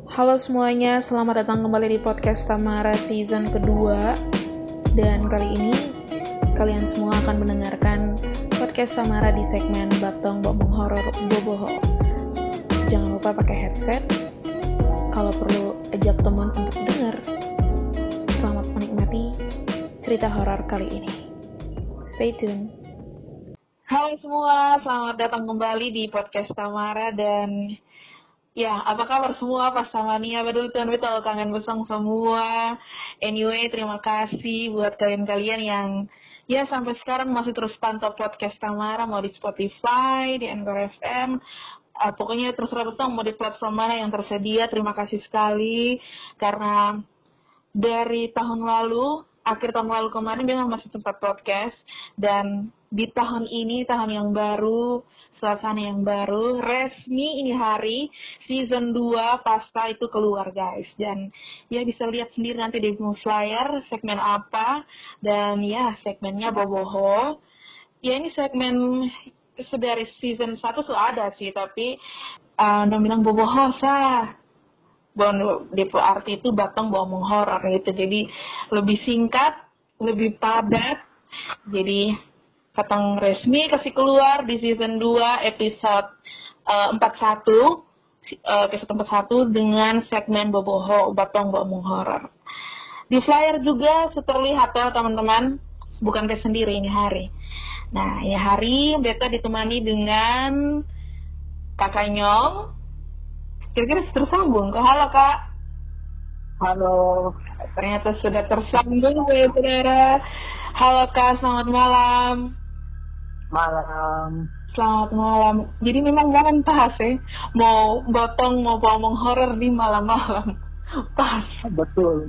Halo semuanya, selamat datang kembali di podcast Tamara season kedua. Dan kali ini kalian semua akan mendengarkan podcast Tamara di segmen Batong Bomong Horor Boboho. Jangan lupa pakai headset. Kalau perlu ajak teman untuk dengar. Selamat menikmati cerita horor kali ini. Stay tune. Halo semua, selamat datang kembali di podcast Tamara dan ya, apa kabar semua pas sama Nia? Betul kangen besong semua. Anyway, terima kasih buat kalian-kalian yang ya sampai sekarang masih terus pantau podcast Tamara, mau di Spotify, di Anchor FM, pokoknya terserah besong mau di platform mana yang tersedia. Terima kasih sekali karena dari tahun lalu, akhir tahun lalu kemarin memang masih sempat podcast, dan di tahun ini, tahun yang baru, suasana yang baru, resmi ini hari season 2 Pasta itu keluar guys. Dan ya bisa lihat sendiri nanti di flyer segmen apa, dan ya segmennya Boboho. Ya ini segmen dari season 1 sudah ada sih, tapi udah bilang Boboho sah. Depo arti itu Batong Bomong Horor gitu, jadi lebih singkat, lebih padat. Jadi katang resmi kasih keluar di season 2 episode 41 episode 41 dengan segmen Boboho Batong Bomong Horor. Di flyer juga terlihat ya teman-teman, bukan saya sendiri ini hari. Nah ini hari beta ditemani dengan Kakak Nyong. Kira-kira tersambung kok? Halo Kak. Halo. Ternyata sudah tersambung ya saudara. Halo Kak, selamat malam. Malam. Selamat malam. Jadi memang jangan pas ya, mau botong mau ngomong horor di malam-malam. Pas. Betul.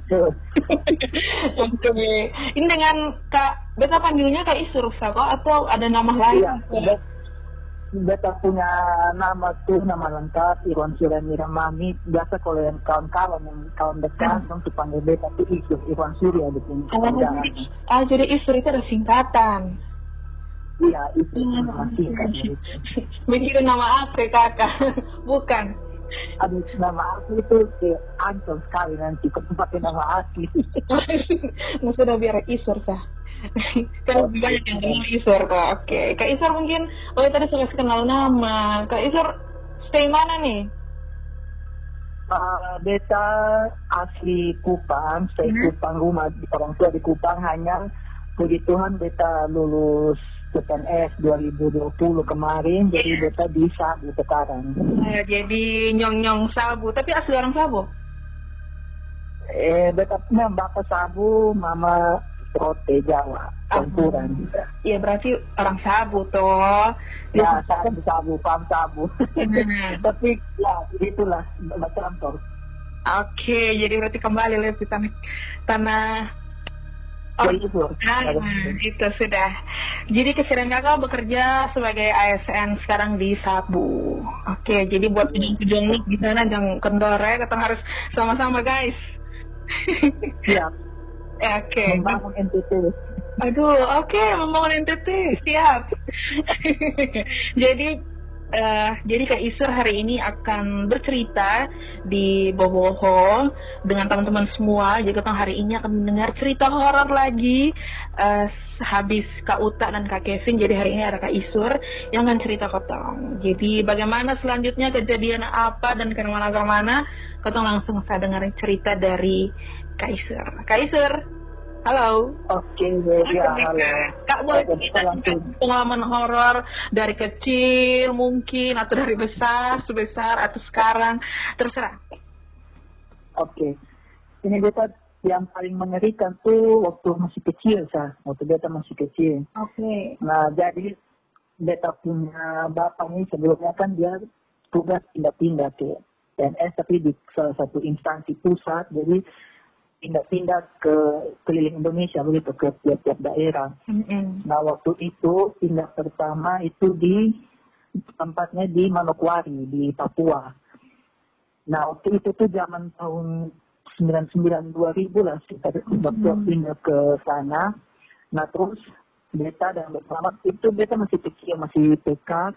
Oke. Ini dengan Kak, beta panggilnya Kak Isur kok atau ada nama lain? Iya. Beta punya nama tuh, nama lengkap Irwan Suryani Ramani. Biasa kalau yang kawan-kawan yang kawan dekat untuk panggil beta tuh Isur, Irwan Surya gitu. Jadi Isur itu ada singkatan. Iya, itu nama singkat. Begitu nama asli kakak, bukan? Aduh, nama asli itu ancol sekali nanti ketempatin nama asli. Sudah biar Isur sah. Kan lebih banyak yang kenal Isur kok. Oke, Kak Isur mungkin tadi sudah kenal nama. Kak Isur stay mana nih? Beta asli Kupang, stay Kupang, rumah orang tua di Kupang. Hanya puji Tuhan beta lulus CPNS 2020 kemarin, jadi beta di Sabu sekarang. Jadi nyong-nyong Sabu, tapi asli orang Sabu? Beta punya bapak Sabu, mama Rote Jawa, campuran. Iya berarti orang Sabu toh. Ya, saya di Sabu, paham Sabu. Tapi ya, itulah bercampur. Oke, jadi berarti kembali lebih tanah itu sudah. Jadi kesiran kakak bekerja sebagai ASN sekarang di Sabu. Oke, jadi buat ujung-ujung nih di sana jangan kendor ya, kita harus sama-sama guys. Siap. Oke. Membangun NTT. Aduh, oke, membangun NTT, siap. Jadi Kak Isur hari ini akan bercerita di Boboho dengan teman-teman semua. Jadi kita hari ini akan mendengar cerita horor lagi. Habis Kak Uta dan Kak Kevin, jadi hari ini ada Kak Isur yang akan cerita kotong. Jadi bagaimana selanjutnya, kejadian apa dan kemana-kemana, kotong langsung saya dengerin cerita dari Kak Isur. Kak Isur, halo. Oke, ya, halo. Kak boleh cerita pengalaman horor dari kecil mungkin, atau dari sebesar atau sekarang, terserah. Oke. Ini beta yang paling mengerikan tuh waktu masih kecil, waktu beta masih kecil. Oke. Nah, jadi beta punya bapak nih sebelumnya kan dia tugas pindah-pindah ke PNS, tapi di salah satu instansi pusat, jadi pindah-pindah ke keliling Indonesia begitu, ke tiap-tiap daerah. Nah waktu itu pindah pertama itu di tempatnya di Manokwari di Papua. Nah waktu itu tuh zaman tahun 99 2000 lah kita waktu pindah ke sana. Nah terus beta dan bersama itu beta masih kecil, masih TK.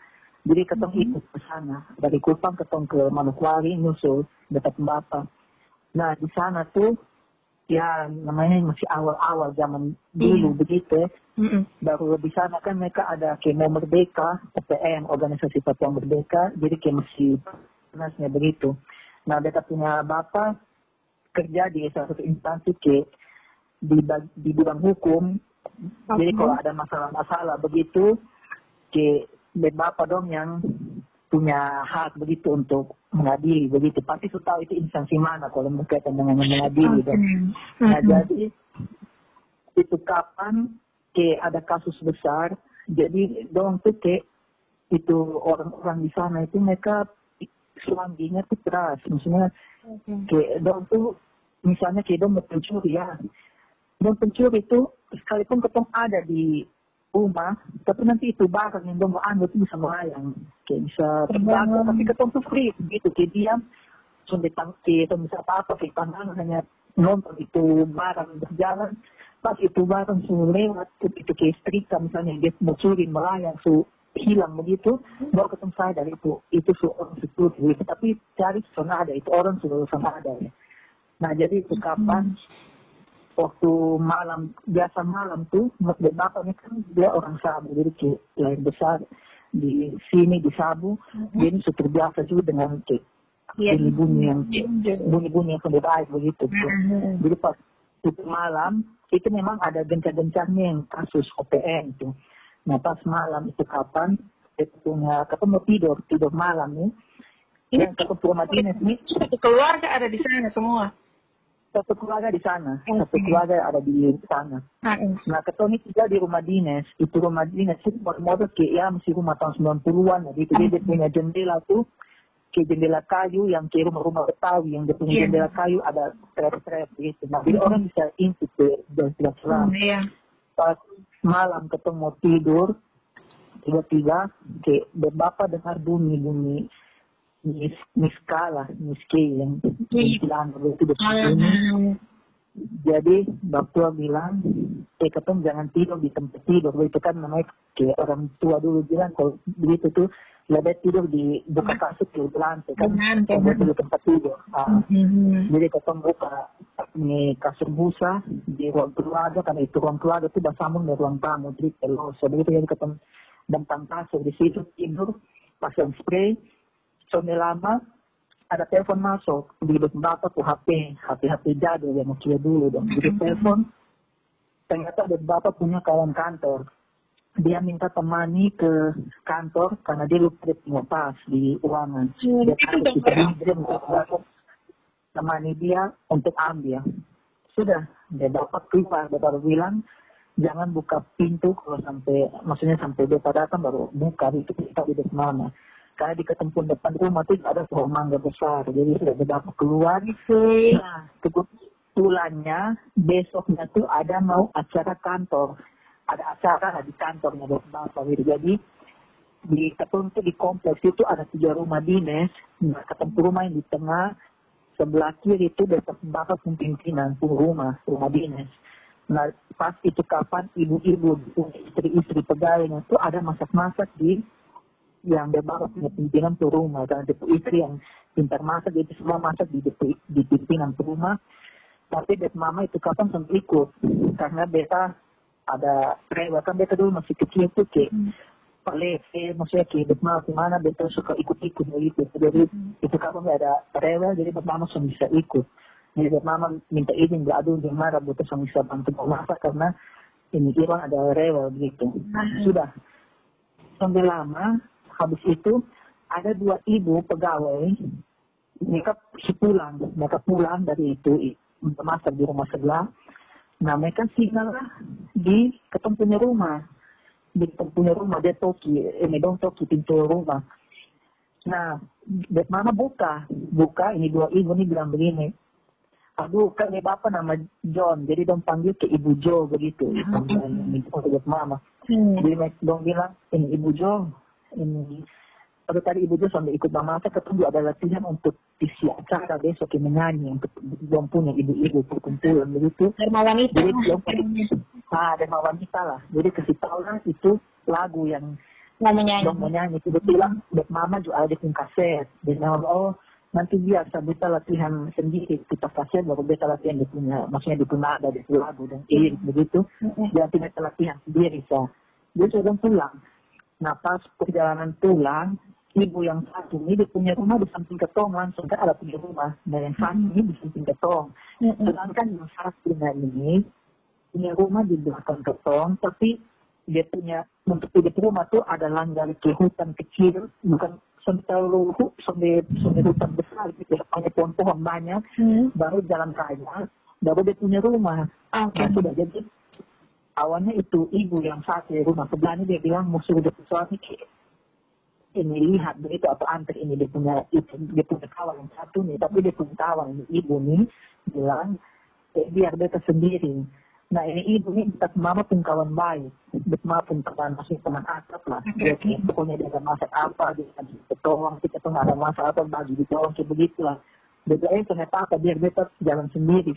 Jadi ketong ikut ke sana. Dari Kupang ketong ke Manokwari nyusul dekat Bapak. Nah di sana tuh ya namanya masih awal-awal zaman dulu begitu. Baru di sana kan mereka ada kayak mau merdeka, OPM, Organisasi Papua Merdeka. Jadi kayak masih panasnya begitu. Nah mereka punya bapak kerja di salah satu instansi kayak di bidang hukum. Jadi kalau ada masalah-masalah begitu, kayak bapak dong yang punya hak begitu untuk mengadili begitu. Pasti sudah tahu itu instansi mana kalau berkaitan dengan mengadili. Nah jadi itu kapan kayak ada kasus besar, jadi dong tuh kayak itu orang-orang di sana itu mereka selangginya tuh keras. Maksudnya kayak dong tuh misalnya kayak dong pencuri ya. Dong pencuri itu sekalipun ketong ada di rumah, tapi nanti itu barang yang dong mau ambil itu bisa melayang, kayak bisa terbang, tapi ketong tuh free gitu, kayak diam, sudah tangki, atau bisa apa-apa, kayak pandangan hanya nonton itu barang berjalan, pas itu barang sudah lewat, itu kayak setrika misalnya, dia mau curi melayang, hilang begitu, baru ketemu sadar itu orang security gitu, tapi cari sudah ada, itu orang sudah ada ya. Nah jadi itu kapan waktu malam, biasa malam tuh, bapaknya kan dia orang Sabu, jadi kayak lahir besar di sini di Sabu, dia ini sudah terbiasa juga dengan kayak bunyi-bunyi yang sudah baik begitu. Jadi pas itu malam, itu memang ada gencar-gencarnya yang kasus OPM itu. Nah pas malam itu kapan, itu punya ketemu tidur malam nih, yang ketemu rumah dinas nih. Satu keluarga ada di sana semua. Satu keluarga di sana, satu keluarga ada di sana. Nah, ketemu tinggal di rumah dinas. Itu rumah dinas itu model kayak ya masih rumah tahun 90-an. Gitu. Dia punya jendela tuh, kayak jendela kayu yang kayak rumah-rumah Betawi yang dia punya jendela kayu ada trap-trap gitu. Nah, jadi orang bisa intip dan jelas-jelas. Pas malam ketemu tidur, tiba-tiba kayak bapak dengar bunyi miskala yang bilang itu begini. Jadi bapak bilang, ketemu jangan tidur di tempat tidur. Itu kan namanya kayak orang tua dulu bilang kalau begitu tuh lebih tidur di buka kasut di lantai kan, di tempat tidur. Jadi ketemu buka ini kasur busa di ruang keluarga, karena itu ruang keluarga itu bersambung dengan ruang tamu. Jadi kalau begitu jadi ketemu bentang kasur di situ tidur, pasang spray. Sudah lama ada telepon masuk di bapak tuh HP jadul yang Nokia dulu dong. Jadi telepon, ternyata bapak punya kawan kantor. Dia minta temani ke kantor karena dia lupa punya tas di ruangan. Dia minta temani dia untuk ambil. Sudah, dia bapak keluar, bapak bilang jangan buka pintu kalau maksudnya sampai bapak datang baru buka, itu kita di mana. Karena di ketemu depan rumah itu ada pohon mangga besar, jadi sudah dapat keluar. Nah, kebetulannya besoknya tuh ada mau acara kantor, ada acara di kantornya bapak. Jadi di ketemu di kompleks itu ada 3 rumah dinas. Nah, ketemu rumah yang di tengah sebelah kiri itu bapak pimpinan rumah dinas. Nah, pas itu kapan ibu-ibu istri-istri pegawainya itu ada masak-masak di yang dia baru punya pimpinan tuh rumah, karena dia istri yang pintar masak, jadi semua masak di pimpinan tuh rumah. Tapi bet mama itu kapan sampai ikut, karena beta ada rewel, kan beta dulu masih kecil tuh kayak maksudnya kayak bet mama kemana beta suka ikut-ikut begitu. Jadi itu kapan ada rewel, jadi bet mama sudah bisa ikut. Jadi bet mama minta izin, aduh gimana beta sudah bisa bantu masak karena ini Iwan ada rewel begitu. Sudah sampai lama. Habis itu ada 2 ibu pegawai, mereka pulang dari itu masak di rumah sebelah. Nah mereka singgah di ketemu punya rumah, dia toki pintu rumah. Nah mana buka ini 2 ibu ini bilang begini, aduh kan bapak nama John, jadi dong panggil ke Ibu Jo begitu. Untuk mama, jadi dong bilang ini Ibu Jo. Ini pada tadi Ibu Jo sampai ikut mama saya ketemu ada latihan untuk isi acara besok yang menyanyi untuk belum punya ibu-ibu perkumpulan begitu. Derma wanita. Jadi Derma wanita lah. Jadi kasih tahu lah itu lagu yang dong mau nyanyi. Kebetulan buat mama juga ada pun kaset. Dia bilang, oh nanti biasa beta latihan sendiri kita kaset baru beta latihan dia punya, maksudnya dia punya nada, dia punya lagu dan irit begitu. Dia beta latihan sendiri dia sudah pulang. Nah pas perjalanan pulang, ibu yang satu ini dia punya rumah di samping ketong langsung, kan ada punya rumah. Nah yang satu ini di samping ketong. Sedangkan yang satu ini punya rumah di belakang ketong, tapi dia punya, untuk di rumah tuh ada langgar ke hutan kecil, bukan sampai hutan besar gitu, hanya pohon-pohon banyak, baru jalan raya, baru dia punya rumah. Nah, sudah jadi awalnya itu ibu yang satu di rumah sebelah ini dia bilang musuh dia suami ini lihat begitu atau antar ini dia punya kawan yang satu nih, tapi dia punya kawan ibu nih bilang biar beta sendiri. Nah ini ibu nih kita mama pun kawan baik, mama pun kawan masih teman akrab lah. Jadi pokoknya dia ada masak apa, dia ada ketolong, kita tuh nggak ada masak apa bagi ditolong kayak begitulah. Dia ternyata apa biar beta jalan sendiri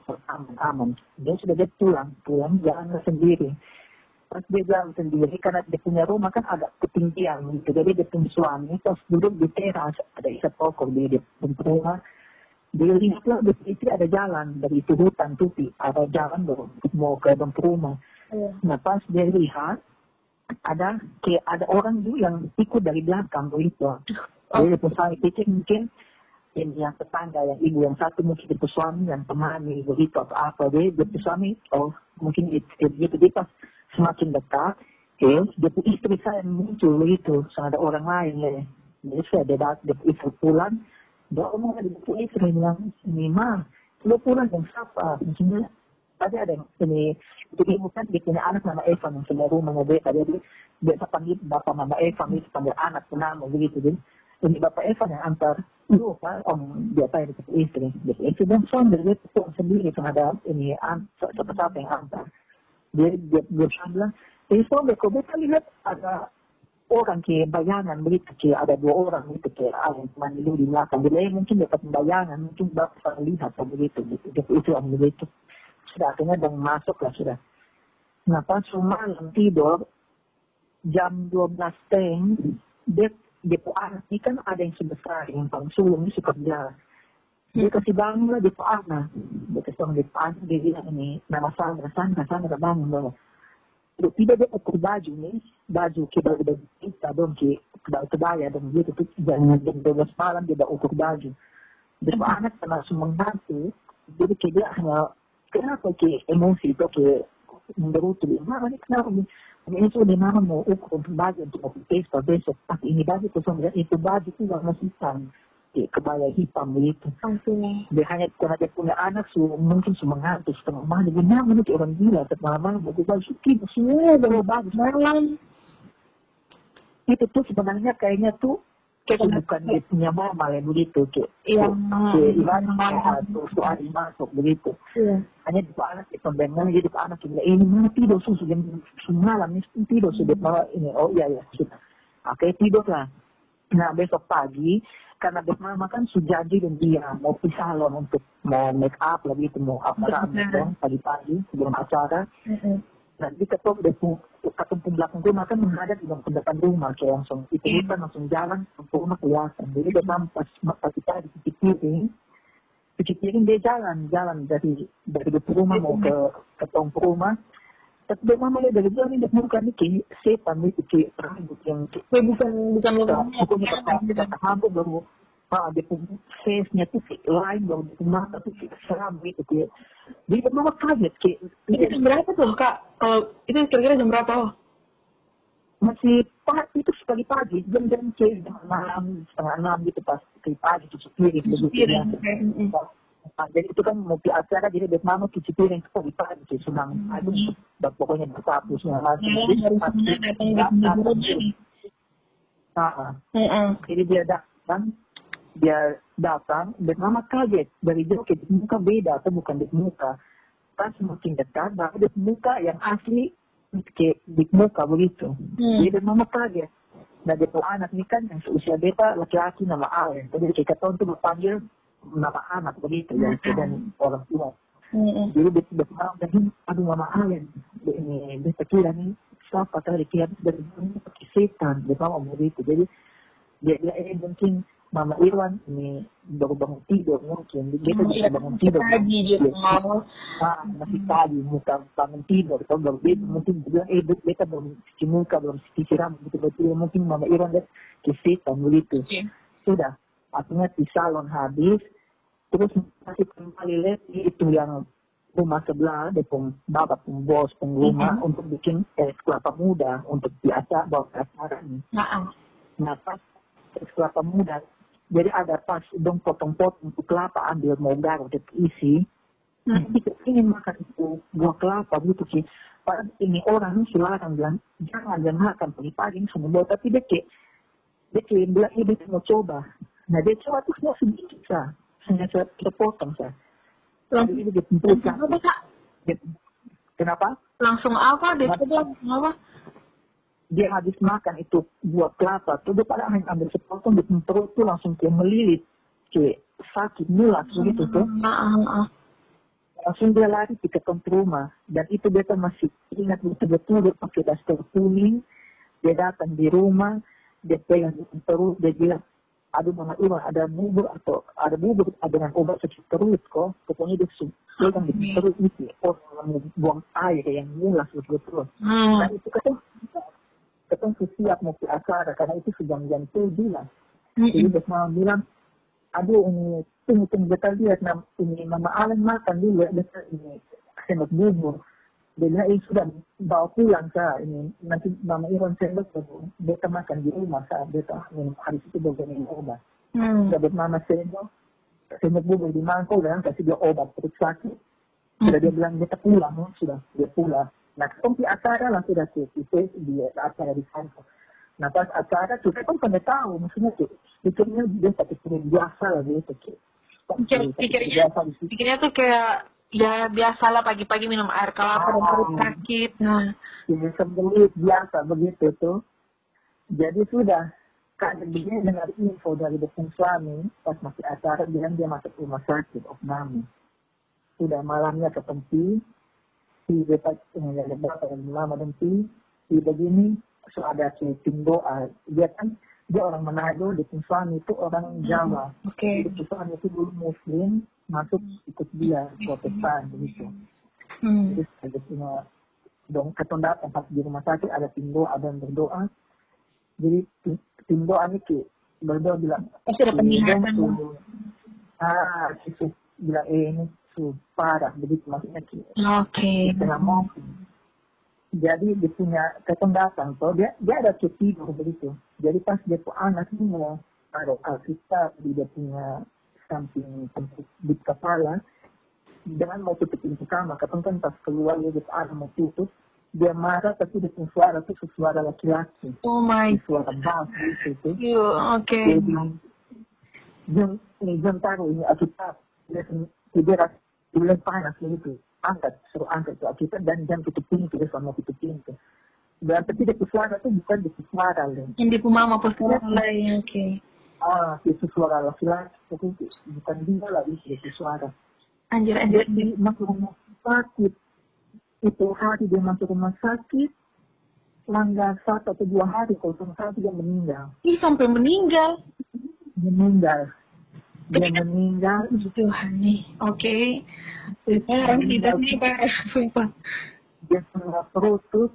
aman. Dia sudah dia pulang jalan sendiri. Pas dia jalan sendiri karena dia punya rumah kan agak ketinggian gitu, jadi dia punya suami pas duduk di teras ada ikat pokok dia punya rumah. Dia lihatlah itu ada jalan dari itu hutan tuh ada jalan dong mau ke rumah. Nah pas dia lihat ada orang tuh yang ikut dari belakang begitu. Dia pun saya pikir mungkin ini yang tetangga yang ibu yang satu mungkin itu suami yang temani begitu atau apa dia suami mungkin itu dia pas semakin dekat dia pun istri saya muncul begitu ada orang lain ya. Jadi saya dia istri pulang. Dia omong ada buku istri bilang, ini mah, lu pulang yang siapa? Maksudnya, tadi ada yang ini, itu ibu kan dia punya anak nama Evan yang sebenarnya rumahnya beta. Jadi, dia panggil bapak nama Evan, dia panggil anak penama begitu. Jadi, ini bapak Evan yang antar, lu kan, dia tanya di buku istri. Dia itu dan suami dia pulang sendiri, terhadap ini, siapa yang antar. Dia bilang, suami, kok beta lihat ada orang kayak bayangan begitu, kayak ada 2 orang gitu, kayak yang mandi di belakang. Dia mungkin dapat bayangan, mungkin bapak lihat begitu, gitu. Itu yang begitu. Sudah akhirnya dan masuk lah sudah. Nah pas malam tidur, jam 12 dia anak ini kan ada yang sebesar, yang paling sulung ini suka jalan. Dia kasih bangun lah di anak. Dia kasih bangun di anak, dia bilang ini, nama Sandra bangun loh. Tidak dia ukur baju nih, baju kita dong, kebaya dong gitu tuh jam 12 malam dia udah ukur baju. Terus anak kena semangatnya, jadi kayak dia hanya kenapa kayak emosi itu kayak mengerutu dia, mama ini kenapa nih? Ini sudah mama mau ukur baju untuk pesta besok, tapi ini baju tuh sama itu baju tuh warna hitam. Kebaya hitam begitu. Dia hanya karena dia punya anak mungkin semangat setengah malam dia bilang ini orang gila malam baju kita semua bagus malam itu tuh sebenarnya kayaknya tuh bukan dia punya mama ya begitu kayak ibaratnya soal masuk begitu hanya di anak di pembengan jadi anak bilang ini mana tidur susu jam semalam ini tidur sudah bawa ini iya sudah oke tidur lah. Nah besok pagi karena mama kan sudah janji dan dia mau pergi salon untuk mau make up lagi itu mau apa pagi-pagi sebelum acara. Nanti ketok ketemu belakang rumah kan menghadap di depan rumah kayak langsung itu kan langsung jalan ke rumah kelihatan. Jadi dia pas pagi cuci piring dia jalan dari rumah mau ke ketong rumah. Tapi dia mama lihat dari jauh ini dia muka ini kayak setan itu kayak rambut yang bukan pokoknya hampir baru dia punya face-nya tuh kayak lain baru dia punya mata tuh kayak seram gitu kayak dia mama kaget kayak itu jam berapa tuh kak? Kalau itu kira-kira jam berapa? Masih itu pagi jam kayak malam 5:30 gitu pas pagi cuci piring begitu. Jadi itu kan mau acara jadi dia mama cuci piring itu pagi sih senang aduh pokoknya bersapu semua jadi dia datang dan mama kaget dari jauh kayak muka beda atau bukan di muka pas semakin dekat baru di muka yang asli kayak di muka begitu jadi mama kaget. Nah dia anak ini kan yang seusia beta laki-laki nama Alen jadi kayak tahun tuh berpanggil nama anak begitu ya dan orang tua. Jadi dia bilang aduh mama Alen ini dia kira nih apa tadi dia dari dunia pakai setan, dia mama begitu. Jadi dia mungkin Mama Irwan ini baru bangun tidur mungkin dia kan bisa bangun tidur Tadi dia mau. masih tadi muka bangun tidur atau baru dia mungkin dia bilang beta belum cuci muka belum cuci rambut betul-betul mungkin Mama Irwan dia kesetan begitu. Sudah akhirnya di salon habis terus masih kembali lagi itu yang rumah sebelah depung bapak bos rumah untuk bikin es kelapa muda untuk biasa bawa ke acara ini. Nah pas es kelapa muda jadi ada pas dong potong-potong untuk kelapa ambil mau garut isi. Kita ingin makan itu buah kelapa gitu sih. Padahal ini orang silakan bilang jangan makan pagi-pagi semua buah tapi dia bilang dia mau coba. Nah dia coba terus mau sedikit sah, hanya sepotong sah. Jadi dia tentukan. Kenapa? Langsung apa? Dia coba apa? Dia habis makan itu buah kelapa tuh dia pada hanya ambil sepotong di perut tuh langsung kayak melilit kayak sakit mulas begitu tuh langsung dia lari ke rumah dan itu dia masih ingat betul-betul dia pakai daster kuning dia datang di rumah dia pegang di perut dia bilang aduh Mama Irwan ada bubur dengan obat sakit perut kok pokoknya dia pegang di perut itu buang air yang mulas betul-betul dan itu ketemu siap mau ke acara karena itu jam 7 lah. Jadi Mama bilang, aduh ini tunggu kita lihat ini Mama Alen makan dulu ya ini sendok bubur. Dia bilang sudah bawa pulang sah ini nanti Mama Irwan sendok beta makan di rumah sah beta minum hari itu bawa minum obat. Dapat Mama sendok bubur di mangkok dan kasih dia obat perut sakit. Sudah dia bilang beta pulang sudah dia pulang. Nah, ketemu di acara lah sudah kita di acara di sana. Nah, pas acara kita kan pada tahu, maksudnya pikirnya dia pakai pikiran biasa lah gitu. Pikirnya tuh kayak ya biasalah pagi-pagi minum air kelapa dan perut sakit. Nah, ya sembelit biasa begitu tuh. Jadi sudah Kak dia dengar info dari dokter suami pas masih acara bilang dia masuk rumah sakit opname. Sudah malamnya ketemu si dekat yang berapa yang lama dan si begini so ada si tim doa dia kan dia orang Manado di suami itu orang Jawa di suami itu dulu Muslim masuk ikut dia Protestan begitu terus ada semua dong ketunda tempat di rumah sakit ada tim doa dan berdoa jadi tim doa ini berdoa bilang pasti ada penglihatan si bilang ini parah begitu maksudnya setengah mungkin jadi dia punya ketendatan so dia ada tidur begitu jadi pas dia tuh anak ini mau taruh Alkitab dia punya samping di kepala dengan mau tutup pintu kamar kan pas keluar dia anak mau tutup dia marah tapi dia punya suara tuh suara laki-laki suara bass gitu dia taruh ini Alkitab dia bulan panas begitu suruh angkat tuh kita dan jangan tutup pintu dia sama tutup pintu dan tapi dia suara tuh bukan dia suara lain yang di mama suara lain itu suara laki-laki bukan dia lah dia suara anjir dia masuk rumah sakit itu hari dia masuk rumah sakit langgar 1 atau 2 hari kalau salah dia meninggal sampai meninggal dia meninggal Tuhan nih orang tidak nih Pak dia punya perut tuh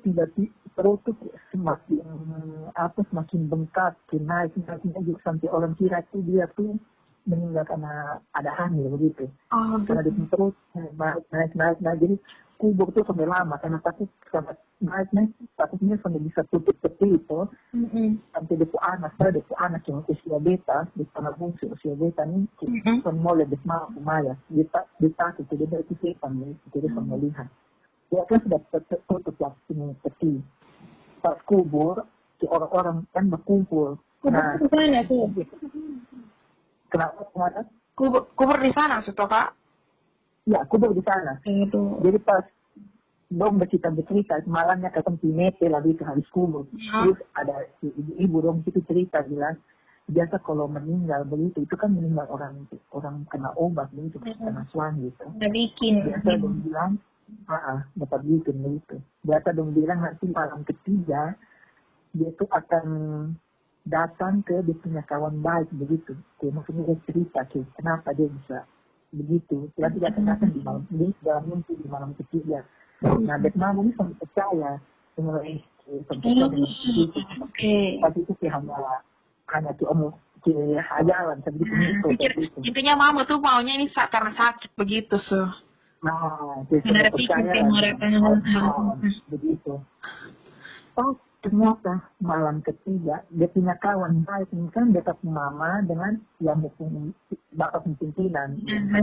semakin bengkak naik sampai orang kira itu dia tuh meninggal karena ada hamil begitu karena di perut naik jadi kubur tuh sampai lama karena takut naik takutnya sampai bisa tutup seperti itu sampai dia anak yang usia beta di tanah bungsu usia beta nih semua lebih mampu maya dia takut dia itu sepan itu dia sama lihat dia kan sudah tertutup ini seperti pas kubur si orang-orang kan berkumpul kubur di sana tuh kenapa kemana kubur di sana tuh Pak ya kubur di sana jadi pas dong kita bercerita malamnya ketemu Nete lagi ke habis kubur terus ada ibu dong itu cerita bilang biasa kalau meninggal begitu itu kan meninggal orang kena obat begitu kena suami gitu bikin biasa dong bilang dapat begitu. Biasa dong bilang nanti malam ketiga dia tuh akan datang ke dia punya kawan baik begitu. Maksudnya dia cerita kenapa dia bisa begitu. Dia tidak akan datang di malam ini dalam mimpi di malam ketiga. Nah, Beb Mama ini sampai percaya mulai sampai begitu. Tapi itu sih hanya tuh hayalan seperti itu. Intinya Mama tuh maunya ini karena sakit begitu Nah, ada pikir begitu. Oh, ternyata malam ketiga dia punya kawan baik kan dekat Mama dengan yang bapak pimpinan.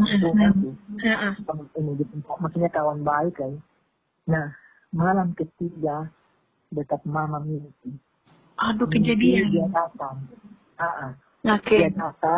Maksudnya kawan baik kan. Nah, malam ketiga dekat Mama mimpi. Aduh, kejadian. Dia datang. Okay.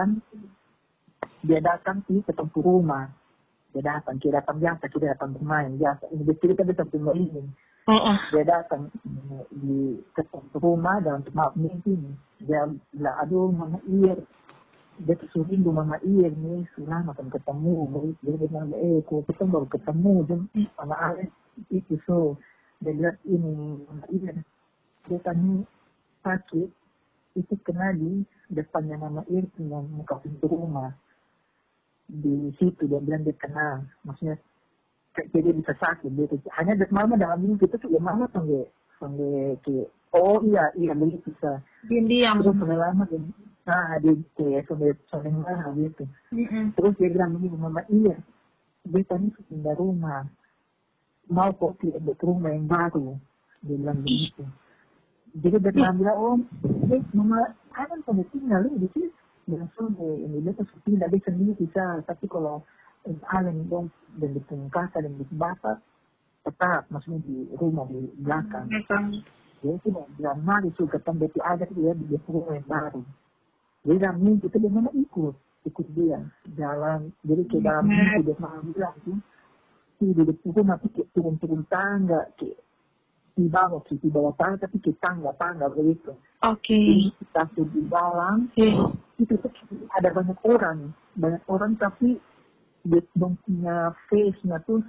Dia datang ke tempat rumah. Dia datang biasa, dia datang bermain biasa. Ini cerita dia sampai merinding. Dia datang di tempat rumah dalam tempat mimpi ini. Dia bilang, aduh Mama Ir. Dia rindu Mama Ir nih, sudah makan ketemu. Dia bilang, kok kita baru ketemu. Mama Alex itu dia bilang ini Mama Ir. Dia tanya sakit. Itu kena di depannya Mama Ir yang muka pintu rumah. Di situ dia bilang dia kena, maksudnya jadi bisa sakit. Dia hanya Mama dalam mimpi itu ya Mama sampai oh iya begitu sah. Diam. Terus sampai lama dia sampai marah gitu. Terus dia bilang begini, Mama dia tadi pindah rumah, mau kok pindah ke rumah yang baru. Dia bilang begitu. Jadi dia bilang, Mama kan sampai tinggal di sini. Langsung ini dia tuh pindah dia sendiri bisa. Tapi kalau Allen dong dan di kakak dan di bapak tetap maksudnya di rumah di belakang. Dia sudah bilang mari suka tambah ada dia di rumah yang baru. Dia bilang minggu itu dia mana ikut dia jalan. Jadi ke dalam minggu dia malah bilang tuh di rumah tuh turun tangga di bawah tangga tapi ke tangga begitu. Jadi kita di dalam itu tuh ada banyak orang tapi dia punya face-nya tuh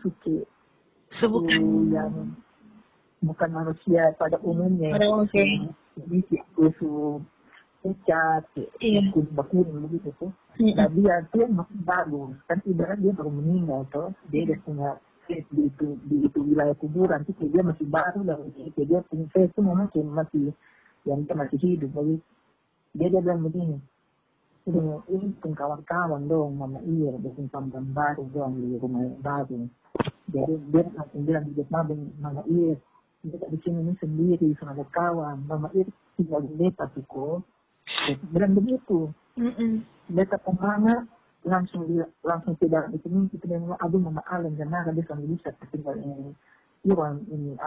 yang bukan manusia pada umumnya. Jadi itu cat, kuning begitu tuh. Dan dia tuh masih bagus. Kan ibarat dia baru meninggal tuh. Dia punya di itu wilayah kuburan itu dia masih baru dan dia punya face itu mungkin masih yang kita masih hidup. Jadi dia bilang begini, ini pun kawan-kawan dong Mama Ir, bikin sampan baru dong di rumah yang baru. Jadi dia langsung bilang di Mama Ir, kita di sini ini sendiri sama ada kawan. Mama Ir tinggal di desa kok. Bilang begitu. Beta pemana langsung tidak itu kita bilang aduh Mama Allen karena dia sambil bisa tinggal ini Iwan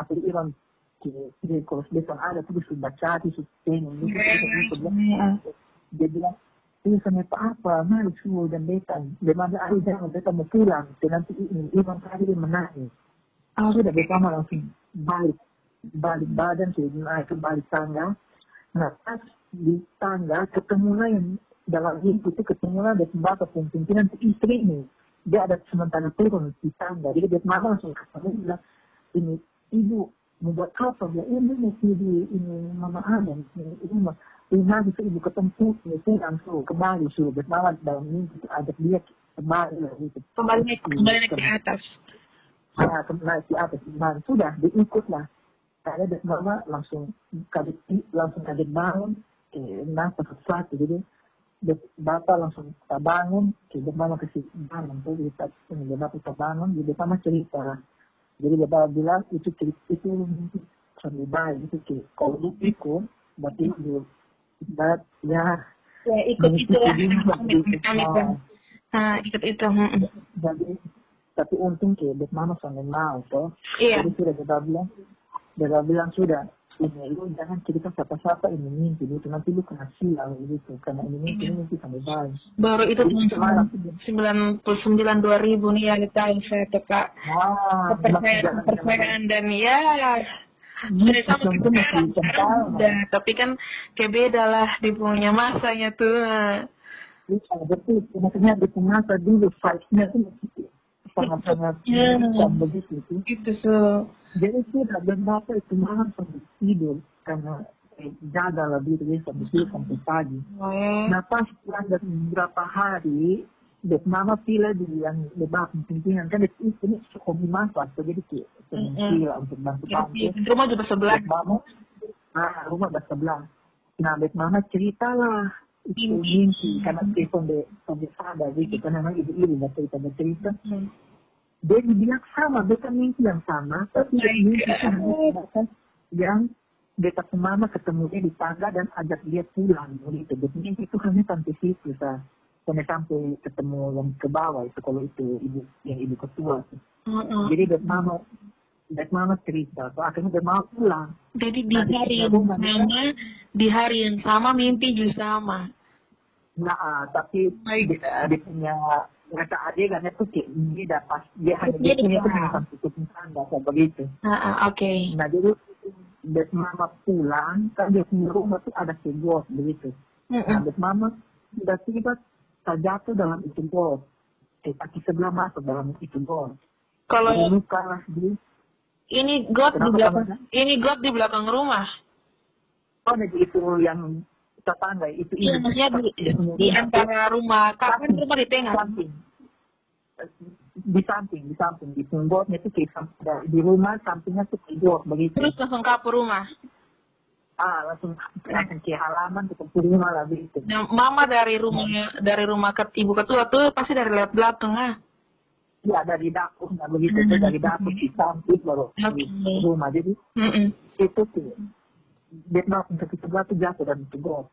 kalau sudah ada tuh sudah baca di ini dia bilang ini sama apa mari suruh dan beta dia ada jangan beta mau pulang dan nanti ini Iwan tadi dia menangis sudah beta langsung balik badan naik ke balik tangga. Nah pas di tangga ketemulah yang dalam itu ketemulah ada bapak pimpinan istri ini. Dia ada sementara turun di tangga. Jadi dia marah langsung ketemu bilang, ini ibu membuat apa? Dia ini Mama Adam. Ini ibu ketemu itu langsung kembali suruh bermalam dalam minggu ajak dia kembali gitu. Kembali naik di atas. Kembali di atas. Nah, sudah diikutlah. Karena dia Mama langsung kaget bangun. Nafas sesuatu gitu. Bapak langsung kita bangun, kita Mama kasih bangun tuh kita kita bangun, jadi sama cerita. Jadi Bapak bilang itu sambil baik itu kalau lu ikut, berarti lu ya ikut itu lah. Ikut itu. Jadi tapi untung Mama sambil mau tuh. Iya. Jadi sudah Bapak bilang sudah. Ini lu jangan cerita siapa-siapa ini mimpi itu nanti lu kena sial gitu karena ini mimpi sampai baik. Baru itu 99 2000 nih yang ditahu saya tuh Kak. Kepercayaan dan ya sudah sama udah tapi kan kayak beda lah di punya masanya tuh. Betul, maksudnya di masa dulu fight-nya tuh sangat-sangat Ya, begitu itu. itu so. Jadi sudah dan bapak itu malam sampai tidur karena jaga lah gitu dia sampai tidur sampai pagi. Oh, ya. Nah pas ada beberapa hari, dek mama pilih di yang lebah pentingan kan itu ini hobi masak, jadi kayak pilih untuk bantu-bantu. Rumah juga sebelah. Dek mama, rumah dah sebelah. Nah dek mama ceritalah itu mimpi karena dia sampai sadar gitu karena memang ibu-ibu nggak cerita. Dia bilang sama, bukan mimpi yang sama, tapi mimpi yang beta mama ketemu dia di tangga dan ajak dia pulang begitu. Jadi mimpi itu hanya sampai situ sampai ketemu yang ke bawah itu kalau itu ibu ketua. Jadi beta mama cerita, so akhirnya beta mama pulang. Jadi di hari yang sama mimpi juga sama. Nah, tapi dia punya kata adegannya tuh kayak dia dapat dia hanya dia punya itu hanya sampai ke tangga kayak begitu. Oke. Nah jadi beta mama pulang kan dia punya rumah tuh ada segot begitu. Nah beta mama tiba-tiba terjatuh dalam itu got. Kaki sebelah masuk dalam itu got. Kalau luka di ini got di belakang, ini got di belakang rumah. Oh, jadi itu yang tetangga itu Iya, maksudnya di antara rumah. Kapan rumah di tengah? Di samping di punggotnya itu kayak di rumah sampingnya tuh got begitu. Terus langsung ke rumah. Langsung ke halaman ke rumah lah begitu. Nah, mama dari rumah ke ibu ketua tuh pasti dari lewat belakang Ya dari dapur, nah begitu tuh dari dapur di samping baru di rumah jadi itu tuh dia langsung ke sebelah tuh jatuh dan itu got.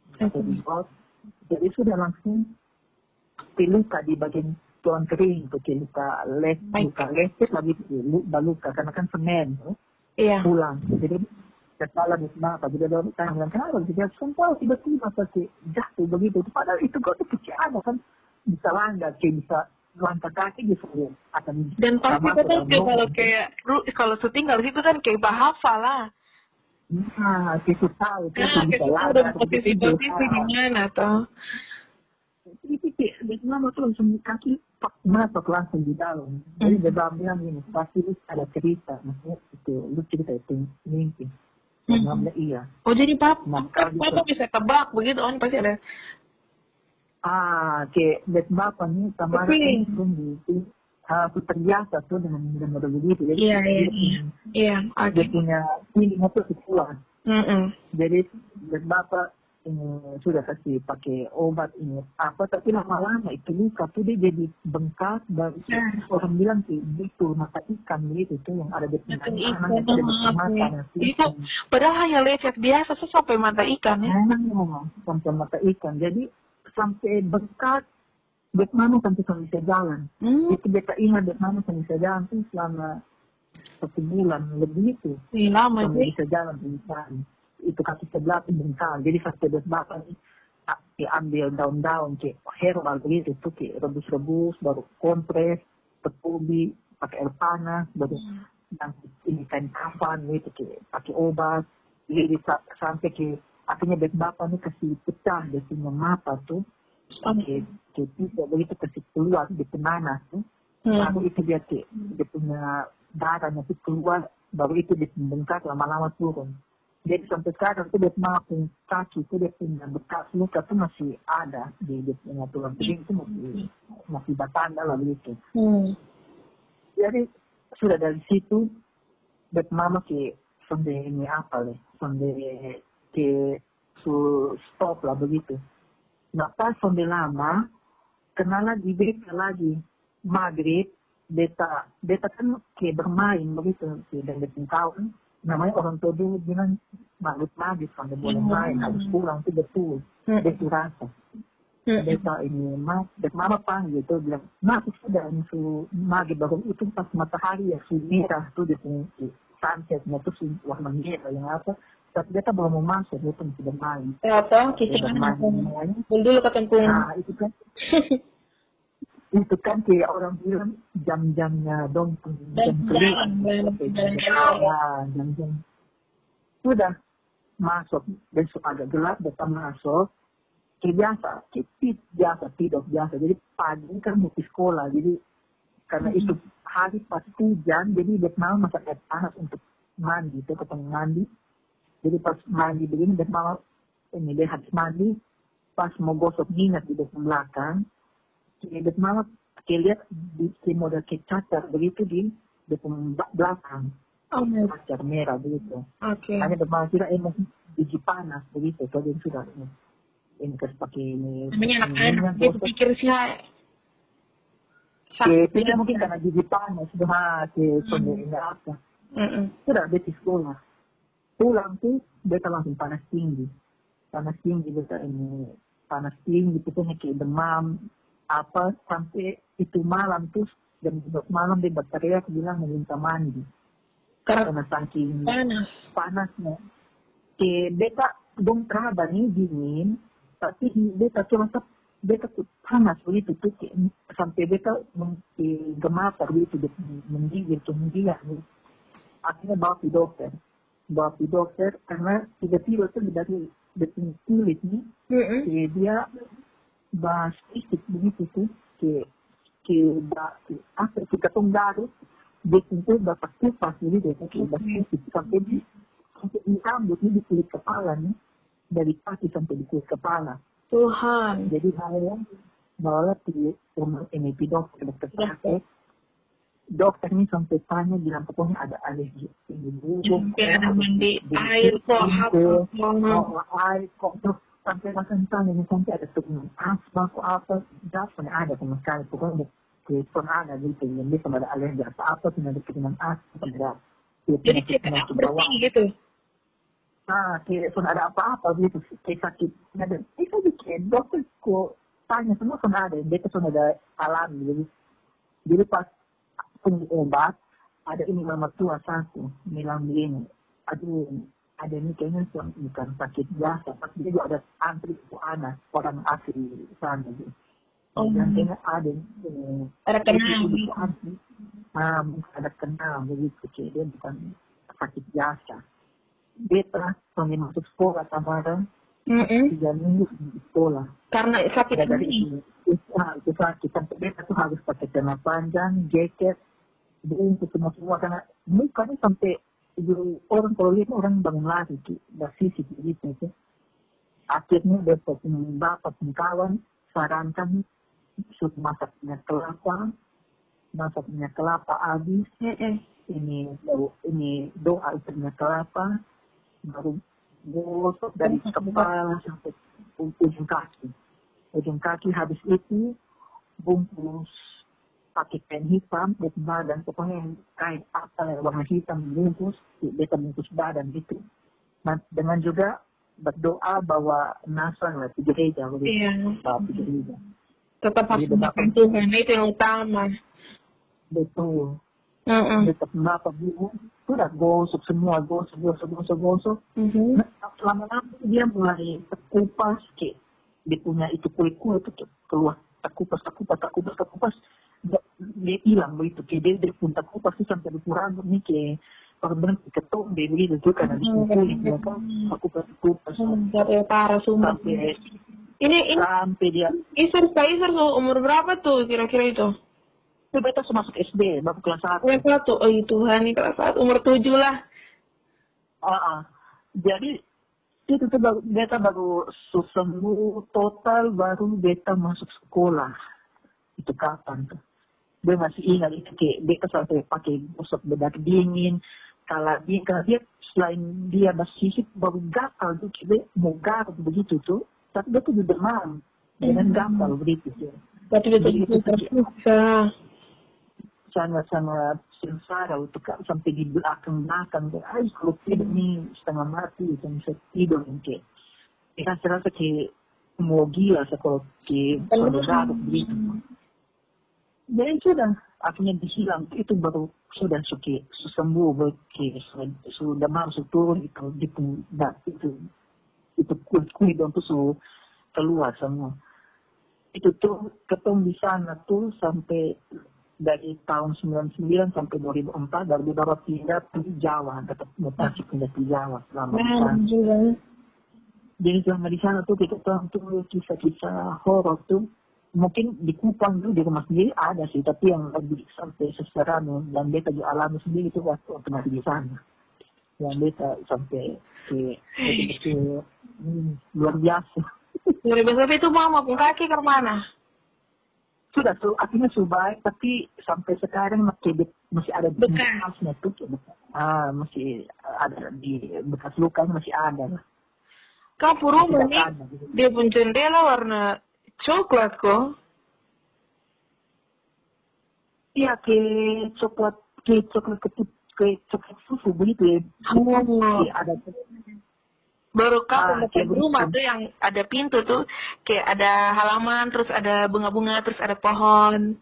Jadi sudah langsung luka di bagian tulang kering, luka lecet lagi luka karena kan semen tuh pulang. Jadi kepala di sana, jadi dia bilang kenapa? Dia tahu tiba-tiba pasti jatuh begitu. Padahal itu kok tuh kecil ada kan bisa langgar, bisa langkah kaki bisa akan. Dan pasti itu kan kalau syuting kalau situ kan kayak bahasa lah. Nah, itu tahu itu bisa langgar. Posisi gimana toh? Itu dia mama tuh langsung kaki masuk langsung di dalam. Jadi dia bilang ini pasti ada cerita, maksudnya itu lu cerita itu mimpi. Namanya iya. Oh jadi papa bisa tebak begitu kan pasti ada. Kayak bapak nih sama itu aku terbiasa tuh dengan model begitu. Jadi iya. Dia punya ini tuh kuat. Jadi bapak ini sudah kasih pakai obat ini apa tapi lama-lama itu luka tuh dia jadi bengkak dan orang bilang sih itu mata ikan gitu tuh yang ada di mata itu padahal hanya lecet biasa sampai mata ikan ya sampai mata ikan jadi sampai bengkak bet mama sampai bisa jalan itu beta ingat bet mama sampai bisa jalan tuh selama 1 bulan lebih itu lama sampai bisa jalan itu kaki sebelah itu bengkak jadi sampai bet bapak ambil daun-daun kayak herbal begitu tuh kayak rebus-rebus baru kompres tetubi pakai air panas baru ini kain kafan gitu kayak pakai obat jadi sampai ke akhirnya bet bapak ini kasih pecah dia punya mata tuh kayak tidak begitu kasih keluar di penanas tuh baru itu dia punya darahnya tuh keluar baru itu dibengkak lama-lama turun. Jadi sampai sekarang itu dia maafin kaki itu dia punya bekas luka itu masih ada di dia punya tulang kering itu masih bertanda lah begitu. Jadi sudah dari situ dia mama ke sampai ini apa sampai ke stop lah begitu. Nah pas sampai lama kenal lagi beta lagi maghrib beta kan kayak bermain begitu dan dia kawan. Namanya orang tua dulu bilang maghrib sampai boleh main harus pulang itu betul betul rasa beta ini mama panggil itu bilang sudah su maghrib baru itu pas matahari ya su merah tuh di sunsetnya tuh su warna merah yang apa tapi beta belum mau masuk itu masih bermain dulu ketemu itu kan itu kan kayak orang bilang jam-jamnya dong jam jam sudah masuk besok agak gelap datang masuk kayak biasa tidur biasa jadi pagi kan mau ke sekolah jadi Karena itu hari pas hujan, jadi dia mau masak air panas untuk mandi, itu ketemu mandi. Jadi pas mandi begini, dia mau ini dia habis mandi, pas mau gosok minyak di depan belakang, dia mau lihat di model cacar begitu di depan belakang. Oh, Cacar merah begitu. oke. Hanya dia mau kira emosi biji panas begitu, so dia sudah ini kasih pakai ini. Namanya anak-anak, dia pikir sih Tidak mungkin karena biji panas, sudah ini apa. Sudah dia di sekolah. Pulang tuh beta langsung panas tinggi beta ini panas tinggi, pokoknya kayak demam apa sampai itu malam tuh jam 12 malam dia berteriak bilang meminta mandi karena saking panasnya. Beta dong teraba nih dingin, tapi beta cuma beta tuh panas begitu tuh sampai beta gemetar gitu menggigil tuh menggigil. Akhirnya bawa ke dokter karena tiba-tiba tuh dari kulit nih, dia bahas fisik begitu tuh apa kita tunggu dia tentu dapat kupas jadi dia bahas fisik sampai di rambut nih di kulit kepala nih, dari kaki sampai di kulit kepala. Tuhan. Jadi saya bawa ke rumah ini dokter sakit. Dokter ini sampai tanya bilang pokoknya ada alergi sampai ada mandi air kok air kok terus sampai makan tanya sampai ada turunan asma kok apa jangan ada sama sekali pokoknya pun ada gitu yang bisa ada alergi apa pun ada turunan asma jadi kita berarti gitu. Kayak pun ada apa-apa gitu kayak sakit ada itu bikin dokter kok tanya semua pun ada dia pun ada alami jadi pas obat ada ini nomor tua satu bilang begini, aduh ada ini kayaknya bukan sakit biasa, tapi dia juga ada antri itu anak orang asli sana gitu. Yang kayaknya ada kenal, ada kenal begitu, dia bukan sakit biasa. Beta sambil masuk sekolah kemarin 3 minggu di sekolah. Karena sakit ini. Itu sakit sampai beta tuh harus pakai celana panjang, jaket. Jadi itu semua karena mukanya sampai orang kalau lihat orang bangun lagi bersisik gitu. Akhirnya dia bapak kawan sarankan suruh masak minyak kelapa habis. Ini doa itu minyak kelapa baru gosok dari kepala sampai ujung kaki habis itu bungkus pakai kain hitam di badan, pokoknya yang kain apa warna hitam bungkus badan gitu. Nah, dengan juga berdoa bawa nasran di gereja, gereja. Tetap harus menggunakan Tuhan, itu yang utama. Betul. Tetap bapak bu, sudah gosok semua, gosok. Nah, lama-lama dia mulai terkupas, kayak dia punya itu kulit itu keluar terkupas. Dia hilang begitu, kayak dia pun takut pasti sampai berkurang nih kayak benar ketok dia begitu tuh karena di kulit dia kan aku kupas sampai parah sumpah. Ini sampai dia Isar umur berapa tuh kira-kira itu? Beta masuk SD baru kelas 1. Kelas 1, oh Tuhan nih kelas 1 umur 7 lah. Jadi itu tuh beta baru sembuh total baru beta masuk sekolah. Itu kapan tuh? Dia masih ingat itu kayak beta sampai pakai gosok bedak dingin. Kalau dia selain dia bersisik baru gatal tuh dia mau garuk begitu tuh. Tapi dia tuh juga demam dengan gatal begitu tuh. Tapi itu tersiksa. Sangat sengsara untuk sampai di belakang. Kalau tidur nih setengah mati bisa tidur kayak. Kita serasa kayak mau gila kalau kayak garuk begitu. Jadi sudah akhirnya dihilang itu baru sudah sembuh sudah masuk turun itu kulit itu keluar semua. Itu tuh ketemu di sana tuh sampai dari tahun 99 sampai 2004 baru beberapa pindah ke Jawa, tetap mutasi pindah ke Jawa selama di sana. Jadi selama di sana tuh kita tuh kisah-kisah horor tuh mungkin di Kupang dulu di rumah sendiri ada sih, tapi yang lebih sampai seserano dan beta juga alami sendiri itu waktu masih di sana. Yang beta sampai ke luar biasa. Luar biasa itu mau pun kaki ke mana? Sudah, akhirnya sudah baik, tapi sampai sekarang masih ada bekasnya tuh. Masih ada di bekas luka masih ada. Kau rumah nih, dia pun jendela warna coklat kok. Iya, ke coklat susu begitu ya. Ada. Baru kau rumah tuh yang ada pintu tuh, kayak ada halaman, terus ada bunga-bunga, terus ada pohon.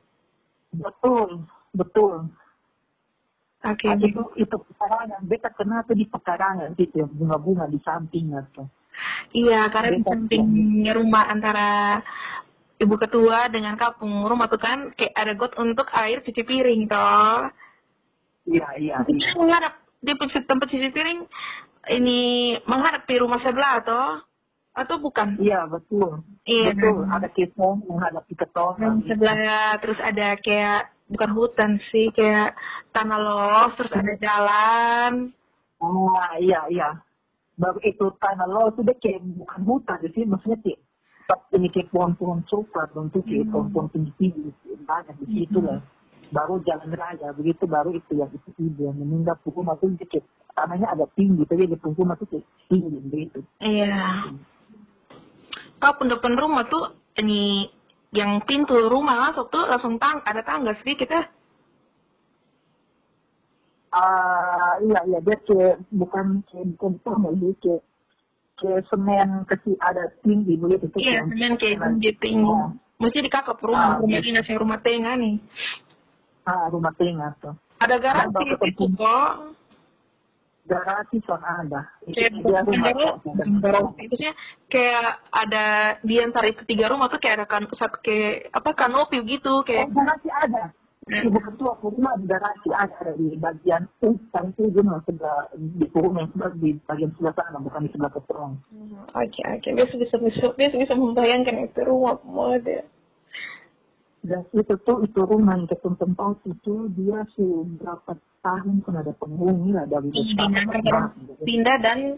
Betul. Oke. Itu pekarangan. Beta kenal tuh di pekarangan gitu, bunga-bunga di sampingnya tuh. Iya, karena di sampingnya rumah antara ibu ketua dengan kampung rumah tuh kan kayak ada got untuk air cuci piring toh. Iya. Menghadap di tempat cuci piring ini menghadap di rumah sebelah atau bukan? Iya, betul. Iya. Betul, ada ketong menghadap di ketong. Sebelah terus ada kayak bukan hutan sih, kayak tanah los, terus ada jalan. Iya. Baru itu tanah lo itu dia kayak bukan hutan sih, maksudnya kayak ini kayak pohon-pohon coklat untuk kayak pohon-pohon tinggi-tinggi banyak di situ lah. Baru jalan raya begitu, baru itu yang ibu yang meninggal pukul itu kayak tanahnya agak tinggi, tapi di pukul itu kayak tinggi begitu. Iya. Kau depan rumah tuh ini yang pintu rumah masuk tuh langsung ada tangga sedikit ya? Iya, dia kayak bukan tanah gitu, kayak semen kecil ada tinggi begitu tuh. Iya, semen kayak tinggi. Mesti di kakak rumah dinas yang rumah tengah nih. Rumah tengah tuh. Ada garasi itu kok. Garasi kan ada. Maksudnya kayak ada di antara itu 3 rumah tuh kayak ada kanopi gitu kayak. Garasi ada. Ibu ketua rumah di garasi ada di bagian itu gimana sebelah di rumah di bagian sebelah sana, bukan di sebelah keterong. Oke. Biasa bisa membayangkan itu rumah mode. Dan itu rumah yang tempat itu dia berapa tahun kan ada penghuni lah dari pindah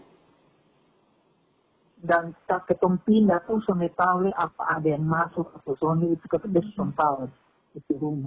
dan tak ketemu pindah tuh sampai tahu apa ada yang masuk atau soalnya itu kata dia tahu itu rumah.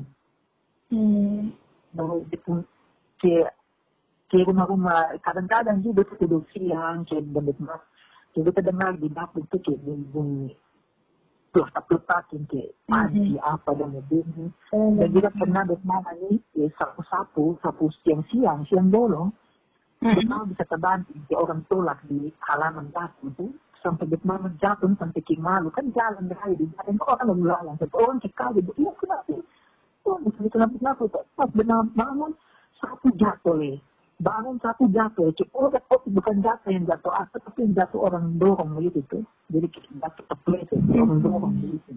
Baru itu kayak rumah-rumah kadang-kadang juga tidur siang kayak benar kita dengar di dapur itu kayak bunyi letak-letakin kayak panci apa dan begini. Dan juga pernah mana nih sapu siang bolong. Kita bisa terbanting kayak orang tolak di halaman dapur itu sampai mana jatuh sampai malu kan jalan raya di jalan orang lagi lalang sampai orang sekali iya kenapa? Kenapa pas benar bangun satu jatuh bangun satu jatuh bukan jatuh yang jatuh atas tapi yang jatuh orang dorong begitu tuh jadi jatuh terpeleset orang dorong begitu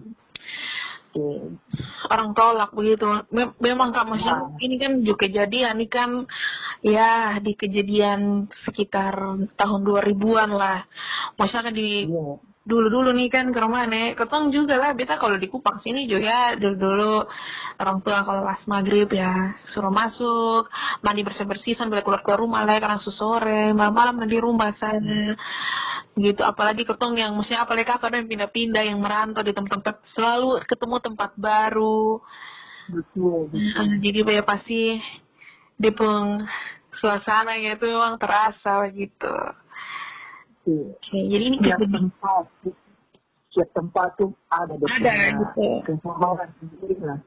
orang tolak begitu. Memang Kak Masya ini kan juga kejadian ini kan ya di kejadian sekitar tahun 2000-an lah. Maksudnya kan di dulu nih kan ke rumah ketong juga lah beta kalau di Kupang sini juga dulu orang tua kalau pas maghrib ya suruh masuk mandi bersih sambil keluar rumah lah karena sore malam di rumah sana gitu. Apalagi ketong yang maksudnya apalagi kakak yang pindah-pindah yang merantau di tempat selalu ketemu tempat baru. Betul. Jadi ya pasti di suasana gitu memang terasa gitu. Oke, jadi ini setiap tempat tuh ada gitu. Kesabaran sendiri lah.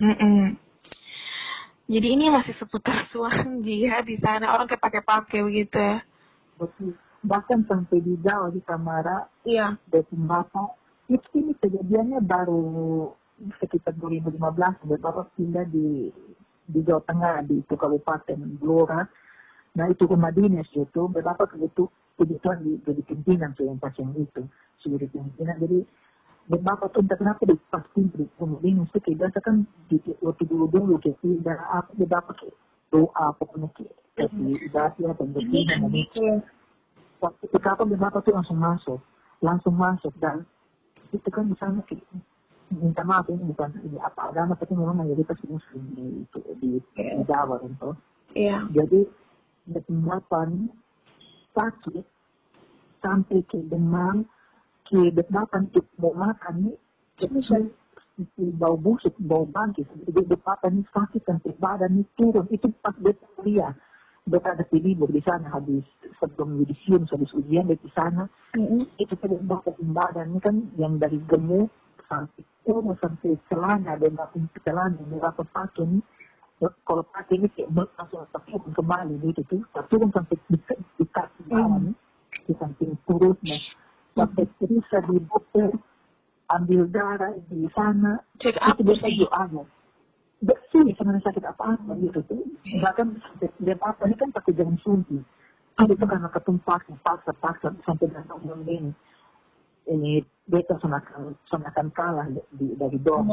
Jadi ini masih seputar Suwanji ya di sana orang kayak pakai begitu ya. Betul. Bahkan sampai di Jawa di Samara. Iya. Dari Bapak ini kejadiannya baru sekitar 2015 Bapak pindah di Jawa Tengah di itu Kabupaten Blora. Nah itu rumah dinas itu Bapak kebetulan jadi pimpinan tuh yang pasien itu sebagai pimpinan. Jadi Bapak tuh entah kenapa di pas pintu rumah dinas itu kayak biasa kan waktu dulu kayak tidak apa Bapak kayak doa pokoknya kayak kasih ibadah dan berpindah dan itu. Waktu itu Bapak tuh langsung masuk dan itu kan di sana kayak minta maaf ini bukan ini apa agama tapi memang mayoritas muslim di Jawa itu. Iya. Jadi bapak sakit sampai ke demam, ke bapak untuk mau makan nih, jadi bau busuk, bau bangkit. Jadi bapak ini sakit sampai badan ini turun. Itu pas dia kuliah. Dia ada libur di sana habis sebelum yudisium, habis ujian dia di sana. Itu pada bapak badan ini kan yang dari gemuk sampai turun sampai celana dan bapak celana yang bapak pakai ini. Kalau pakai ini kayak langsung turun kembali gitu tuh, turun sampai di kaki bawah nih, di samping turunnya. Sampai bisa di dokter ambil darah di sana. Check up itu biasa doanya. Bersih karena sakit apa-apa gitu tuh. Bahkan dia apa ini kan pakai jarum suntik. Itu karena ketumpas, paksa sampai datang ini. Ini beta sonakan kalah dari dom.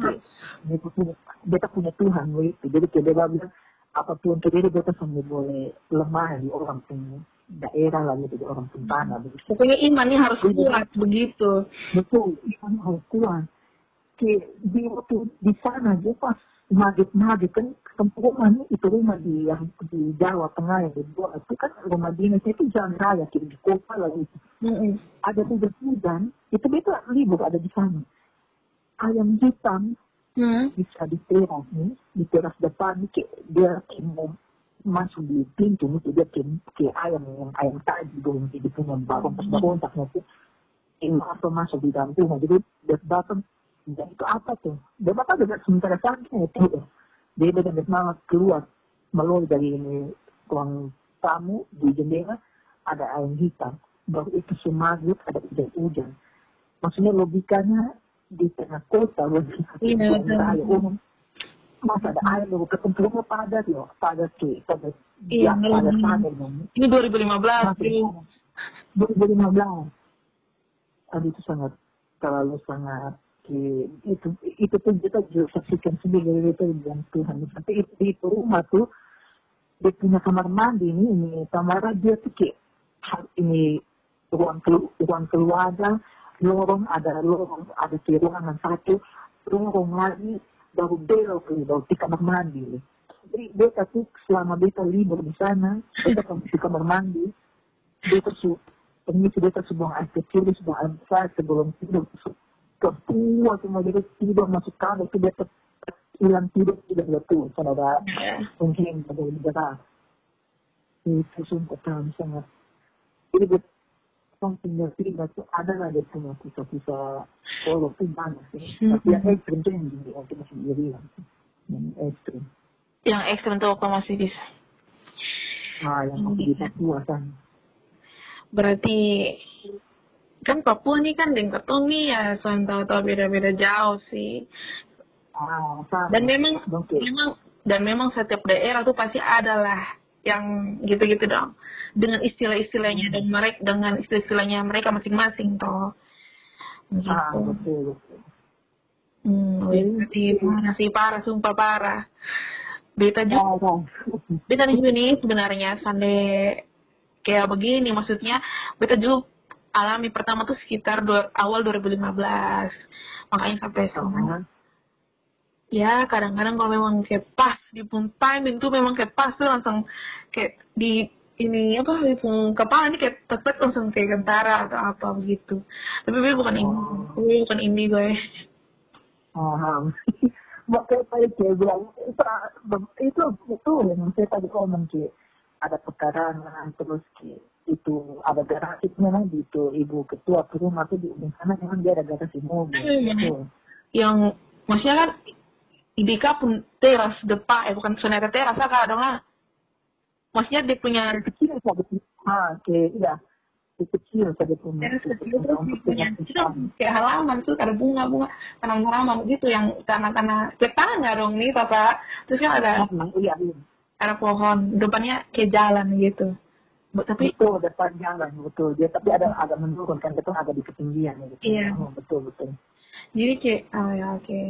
Beta punya Tuhan gitu. Jadi dia bilang apapun terjadi beta sampai boleh lemah di orang punya daerah lah gitu, di orang pun tanah begitu. Pokoknya imannya harus kuat begitu. Betul, iman harus kuat. Di waktu di sana dia pas maghrib kan tempuman itu rumah di Jawa Tengah yang dibuat itu kan rumah dinas itu jalan raya di kota lah itu. Ada hujan itu beta libur ada di sana. Ayam hitam bisa di teras depan dia mau masuk di pintu itu dia ke ayam tadi dong di punya bakon pas bakon tak nanti masuk di dalam rumah jadi dia datang. Dan itu apa tuh? Dia bakal juga sementara sakitnya itu. Dia dengan semangat keluar melalui dari ruang tamu di jendela ada air hitam. Baru itu semaghrib ada hujan. Maksudnya logikanya di tengah kota raya umum. Masa ada air baru ketemu rumah padat loh. Padat padat. Iya. Ini 2015. 2015. Itu sangat terlalu sangat itu pun kita juga saksikan sendiri itu dengan Tuhan. Sampai itu rumah tuh dia punya kamar mandi ini kamar dia tuh kayak ini ruang keluarga lorong ada ruangan satu lorong lagi baru belok di kamar mandi. Jadi beta tuh selama beta libur di sana beta di kamar mandi beta sebuang air kecil sebuang air besar sebelum tidur ketua semua jadi tidur masuk kamar itu dia hilang tidur tidak betul saudara mungkin pada negara itu sumpah kami sangat jadi dia tinggal itu adalah dia punya kisah kalau pun banyak tapi yang ekstrim itu yang kita sendiri yang ekstrim itu waktu masih bisa yang di Papua kan berarti kan Papua nih kan dengan ketong nih ya soal tahu beda-beda jauh sih. Dan memang setiap daerah tuh pasti ada lah yang gitu-gitu dong dengan istilah-istilahnya dan mereka dengan istilah-istilahnya mereka masing-masing toh. Betul. Masih parah, sumpah parah. Beta juga nih sebenarnya sampai kayak begini maksudnya beta juga alami pertama tuh sekitar awal 2015 makanya sampai sekarang ya kadang-kadang kalau memang kayak pas di pun timing tuh memang kayak pas tuh langsung kayak di ini apa di pun kepala ini kayak tetek langsung kayak gentara atau apa begitu tapi bukan ini gue makanya saya bilang itu yang saya tadi ngomong ada pekarangan terus itu ada garasinya lagi itu ibu ketua rumah tuh di sana memang dia ada garasi mobil yang maksudnya kan Idika pun teras depan bukan soneta teras kan dong lah maksudnya dia punya kecil saja kecil saja punya kayak halaman tuh ada bunga tanam halaman gitu yang tanah kayak tanah nggak dong nih papa terus kan ada pohon depannya kayak jalan gitu tapi itu depan jalan betul dia tapi ada agak menurun kan betul agak di ketinggian gitu. Iya. Betul jadi kayak oke.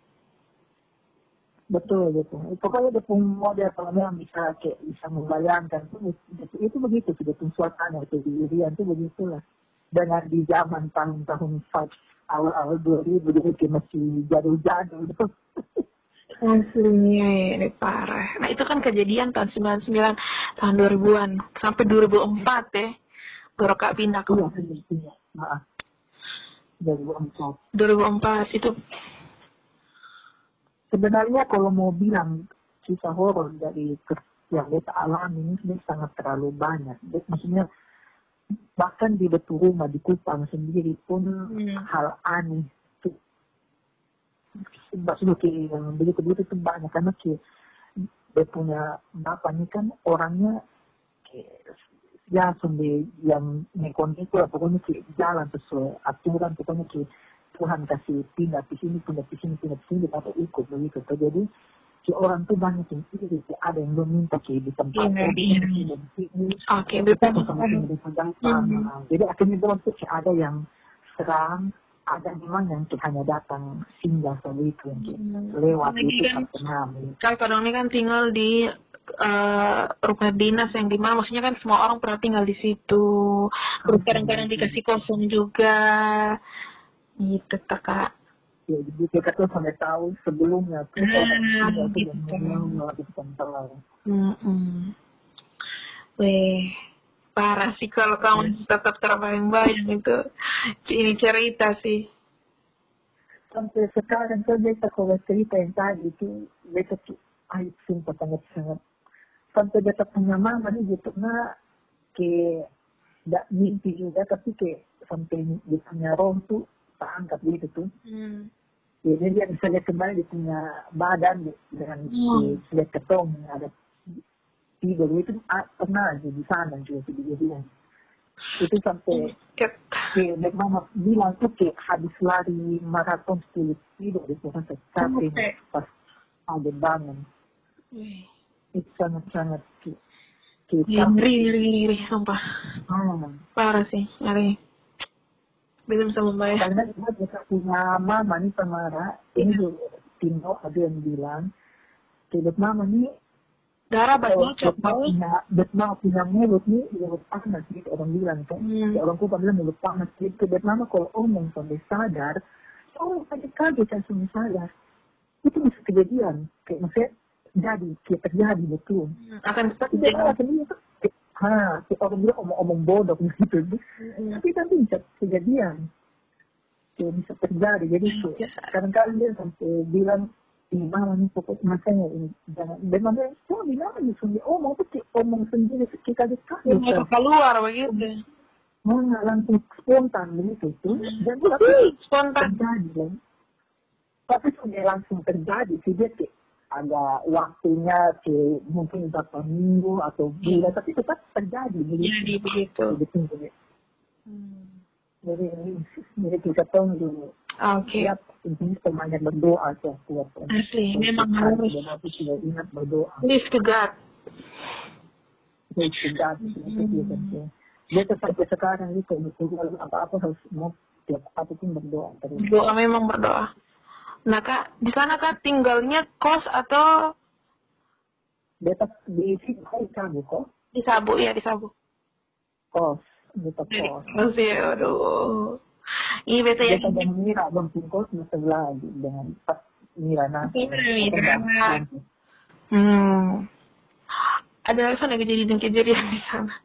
Betul pokoknya dia pun model kalau memang bisa membayangkan itu begitu sudah suasana itu di Irian itu begitulah dengan di zaman tahun-tahun awal-awal 2000 dia masih jadul-jadul. Aslinya ini parah. Nah itu kan kejadian tahun 99, tahun 2000-an sampai 2004 ya. Baru Kak pindah ke Iya. Maaf. 2004. 2004 itu. Sebenarnya kalau mau bilang kisah horor dari yang kita alami ini sangat terlalu banyak. Maksudnya bahkan di depan rumah di Kupang sendiri pun hal aneh itu maksudnya yang begitu itu banyak karena dia punya bapak ini kan orangnya ya sampai yang nekon itu pokoknya jalan sesuai aturan pokoknya Tuhan kasih pindah di sini atau ikut begitu. Jadi orang tuh banyak yang iri, ada yang belum minta di tempat Oke, betul. Jadi akhirnya bilang tuh ada yang serang, ada memang yang hanya datang singgah saja itu lewat itu kan pernah. Kalau kadang ini kan tinggal di rumah dinas yang dimana maksudnya kan semua orang pernah tinggal di situ, terus kadang-kadang dikasih kosong juga, gitu Kak. Ya, jadi kita tuh sampai tahu sebelumnya tuh orang itu yang melakukan salah. Weh, parah sih kalau kamu tetap terbayang-bayang itu. Ini cerita sih. Sampai sekarang tuh beta kalau cerita yang tadi itu beta tuh sumpah sangat-sangat. Sampai beta punya mama nih gitu tidak mimpi juga tapi sampai dia punya roh tuh angkat gitu tuh. Jadi dia bisa lihat kembali dia punya badan dengan lihat ketong ada tidur itu pernah aja di sana juga kejadian. Itu sampai mama bilang tuh habis lari maraton 10 kilo itu sampai capek pas ada bangun. Itu sangat-sangat ngeri sumpah. Parah sih ngeri. Belum bisa membayar. Karena kita punya mama nih Tamara, ini Tino ada yang bilang, hidup mama nih darah banyak punya mulut nih mulut panas gitu orang bilang kan. Orang tua bilang mulut panas gitu. Hidup mama kalau omong sampai sadar, kaget langsung sadar. Itu bisa kejadian, maksudnya terjadi betul. Akan terjadi. Orang bilang omong bodoh gitu. Tapi nanti bisa kejadian. Bisa terjadi. Jadi kadang-kadang dia sampai bilang, mama nih pokoknya makanya ini jangan. Dan mama bilang aja sendiri, omong sendiri kita dikasih. Keluar begitu. Mana langsung spontan begitu tuh. Dan spontan terjadi. Tapi sudah langsung terjadi sih dia ada waktunya mungkin beberapa minggu atau bulan tapi tetap terjadi begitu. Jadi kita tunggu. Oke. Intinya semuanya berdoa aja kuat. Asli, memang harus. Aku sudah ingat berdoa. Please to God. Please to God. Dia sampai sekarang itu apa-apa harus mau tiap apapun berdoa. Doa memang berdoa. Nah Kak, di sana Kak tinggalnya kos atau? Di Sabu kok? Di Sabu ya, di Sabu. Kos, beta kos. Masih, aduh. Iya beta ya. Beta dan Mira bangun kos sebelah dengan pas Mira nasi. Ada sana kejadian di sana.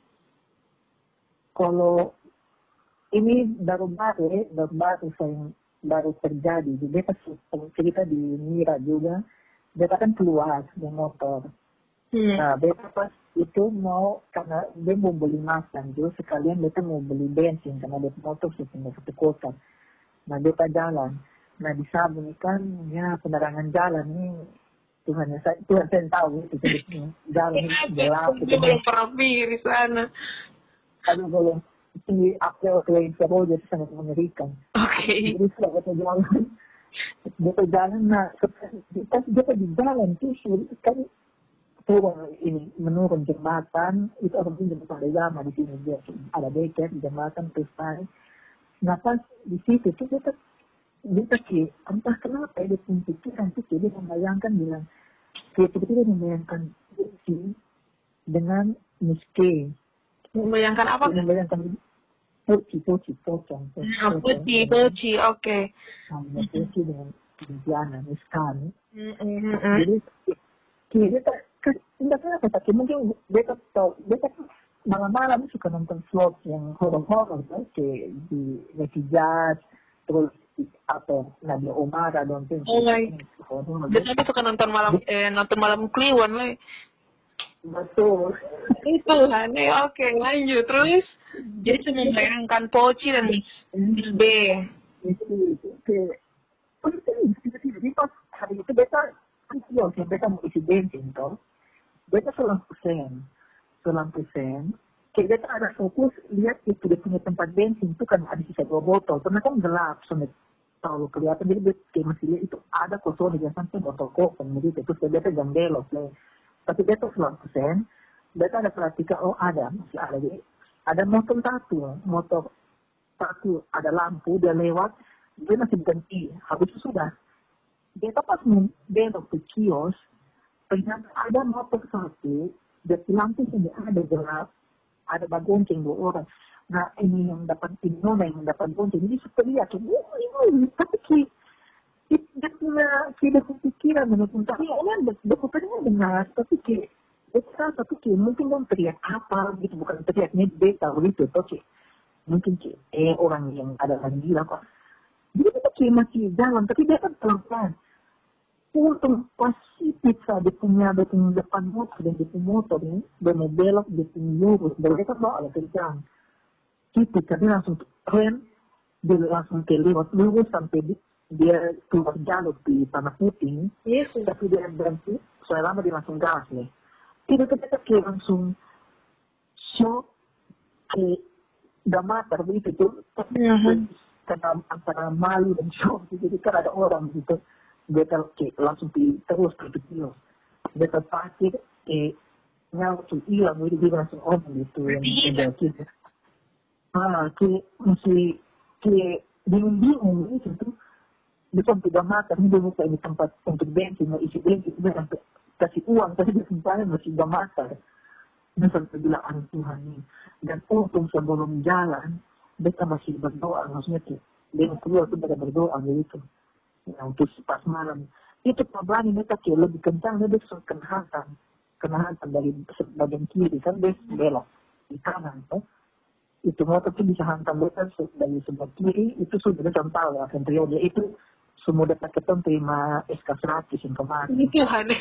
Kalau ini baru saya baru terjadi. Beta cerita di Mira juga. Beta kan keluar dengan motor. Nah, beta pas itu mau karena dia mau beli makan, juga sekalian beta mau beli bensin karena dia motor sudah satu kota. Nah, beta jalan. Nah, di Sabu ini kan ya penerangan jalan nih Tuhan saya tahu itu jalan gelap. Kita belum pernah di sana. Kalau di April jadi sangat mengerikan. Oke. Jadi setelah kita jalan, nah kita di jalan tuh kan turun ini menurun jembatan itu orang punya jembatan lama di sini dia ada beket di jembatan terus naik. Nah pas di situ tuh kita entah kenapa dia pikiran tuh dia membayangkan bilang tiba-tiba membayangkan dengan miskin. Membayangkan apa? Membayangkan pocong. Poci, oke. Hanya poci dengan Indiana, sekali. Jadi, kita tidak tahu apa, tapi mungkin beta malam-malam suka nonton vlog yang horor-horor, kayak di Messi Jazz, terus atau Nadia Omar, ada nonton. Oh my. Beta suka nonton malam Kliwon lah. Betul. Itu aneh, oke lanjut terus. Jadi cuma membayangkan Poci dan Miss B. Itu tiba-tiba pas hari itu beta mau isi bensin toh. Beta selang persen. Kayak beta ada fokus lihat itu dia punya tempat bensin itu kan ada sisa 2 botol. Karena kan gelap, soalnya terlalu kelihatan. Jadi beta kayak masih lihat itu ada kosong di sampai botol kosong. Jadi terus beta jam belok. Tapi beta selang persen. Beta ada perhatikan, masih ada. Jadi ada motor satu ada lampu, dia lewat, dia masih berhenti. Habis itu sudah. Beta pas belok ke kios, ternyata ada motor satu, dari lampu sudah ada gelap, ada bagonceng 2 orang. Nah ini yang dapat gonceng, jadi suka lihat, tapi dia punya pikiran menurut tapi ini dokumennya benar, tapi mungkin dong teriak apa gitu, bukan teriaknya beta begitu, tapi mungkin orang yang ada lagi bilang kok. Jadi kita masih jalan, tapi dia kan pelan-pelan. Untung pasti pizza dia punya depan motor dan dia punya motor ini, dia mau belok, dia punya lurus, dan dia kan bawa ada kerjaan. Kita dia langsung rem, dia langsung lewat lurus sampai dia keluar jalur di Tanah Putih. Yes. Tapi dia berhenti, soalnya lama dia langsung gas nih. Kita langsung shock, kayak gamatar begitu tuh. Karena antara malu dan shock, jadi kan ada orang gitu. Dia langsung terus ke kios. Dia terpakir, nyawa tuh hilang, jadi dia langsung gitu. Yang gitu. Kayak masih bingung gitu tuh. Dia sampai gamatar, dia buka ini tempat untuk bensin, mau isi bensin, dia sampai kasih uang, tapi dia sampai masih gamatar. Dia sampai bilang, Tuhan ini. Dan untung sebelum jalan, beta masih berdoa, maksudnya dia keluar pun berdoa begitu. Ya, untuk pas malam. Itu pelan beta lebih kencang, dia bisa kena hantam dari bagian kiri, kan dia belok di kanan. Itu motor itu bisa hantam beta dari sebelah kiri, itu sudah beta tahu akan periode itu semua data ketemu terima SK100 yang kemarin. Itu aneh.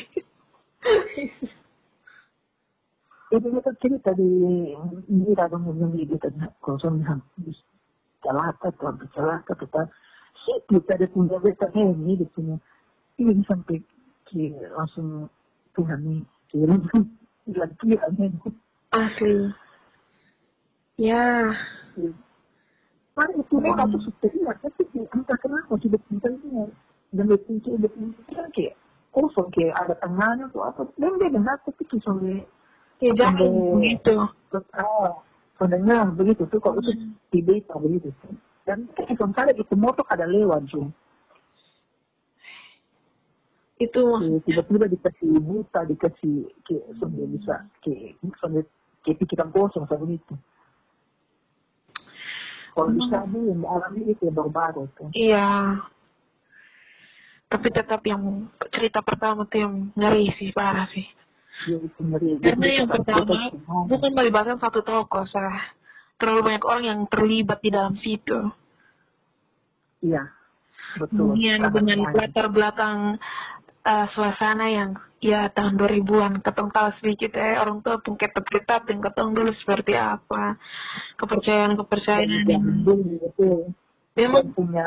Itu kita cerita di Mira dong yang gitu kosong habis celaka kita kita ada punya beta ini dia punya ini sampai langsung Tuhan nih lagi aneh asli ya. Karena itu beta tuh sudah tapi entah kenapa sudah pintarnya dan dia punya kayak kosong kayak ada tangannya atau apa dan dia dengar tapi soalnya jangan gitu. Sebenarnya begitu tuh kalau itu di beta begitu. Dan misalnya itu motor ada lewat Zoom. Itu tiba-tiba dikasih buta, dikasih sampai bisa sampai pikiran kosong seperti itu. Kalau bisa yang dialami itu yang baru-baru itu. Iya. Tapi tetap yang cerita pertama tuh yang ngeri sih, parah sih. Karena yang pertama bukan melibatkan satu tokoh, terlalu banyak orang yang terlibat di dalam situ. Iya, betul. Kemudian dengan latar belakang suasana yang ya tahun 2000-an, ketong tahu sedikit orang tua pun ketep-ketep dan ketong dulu seperti apa kepercayaan memang punya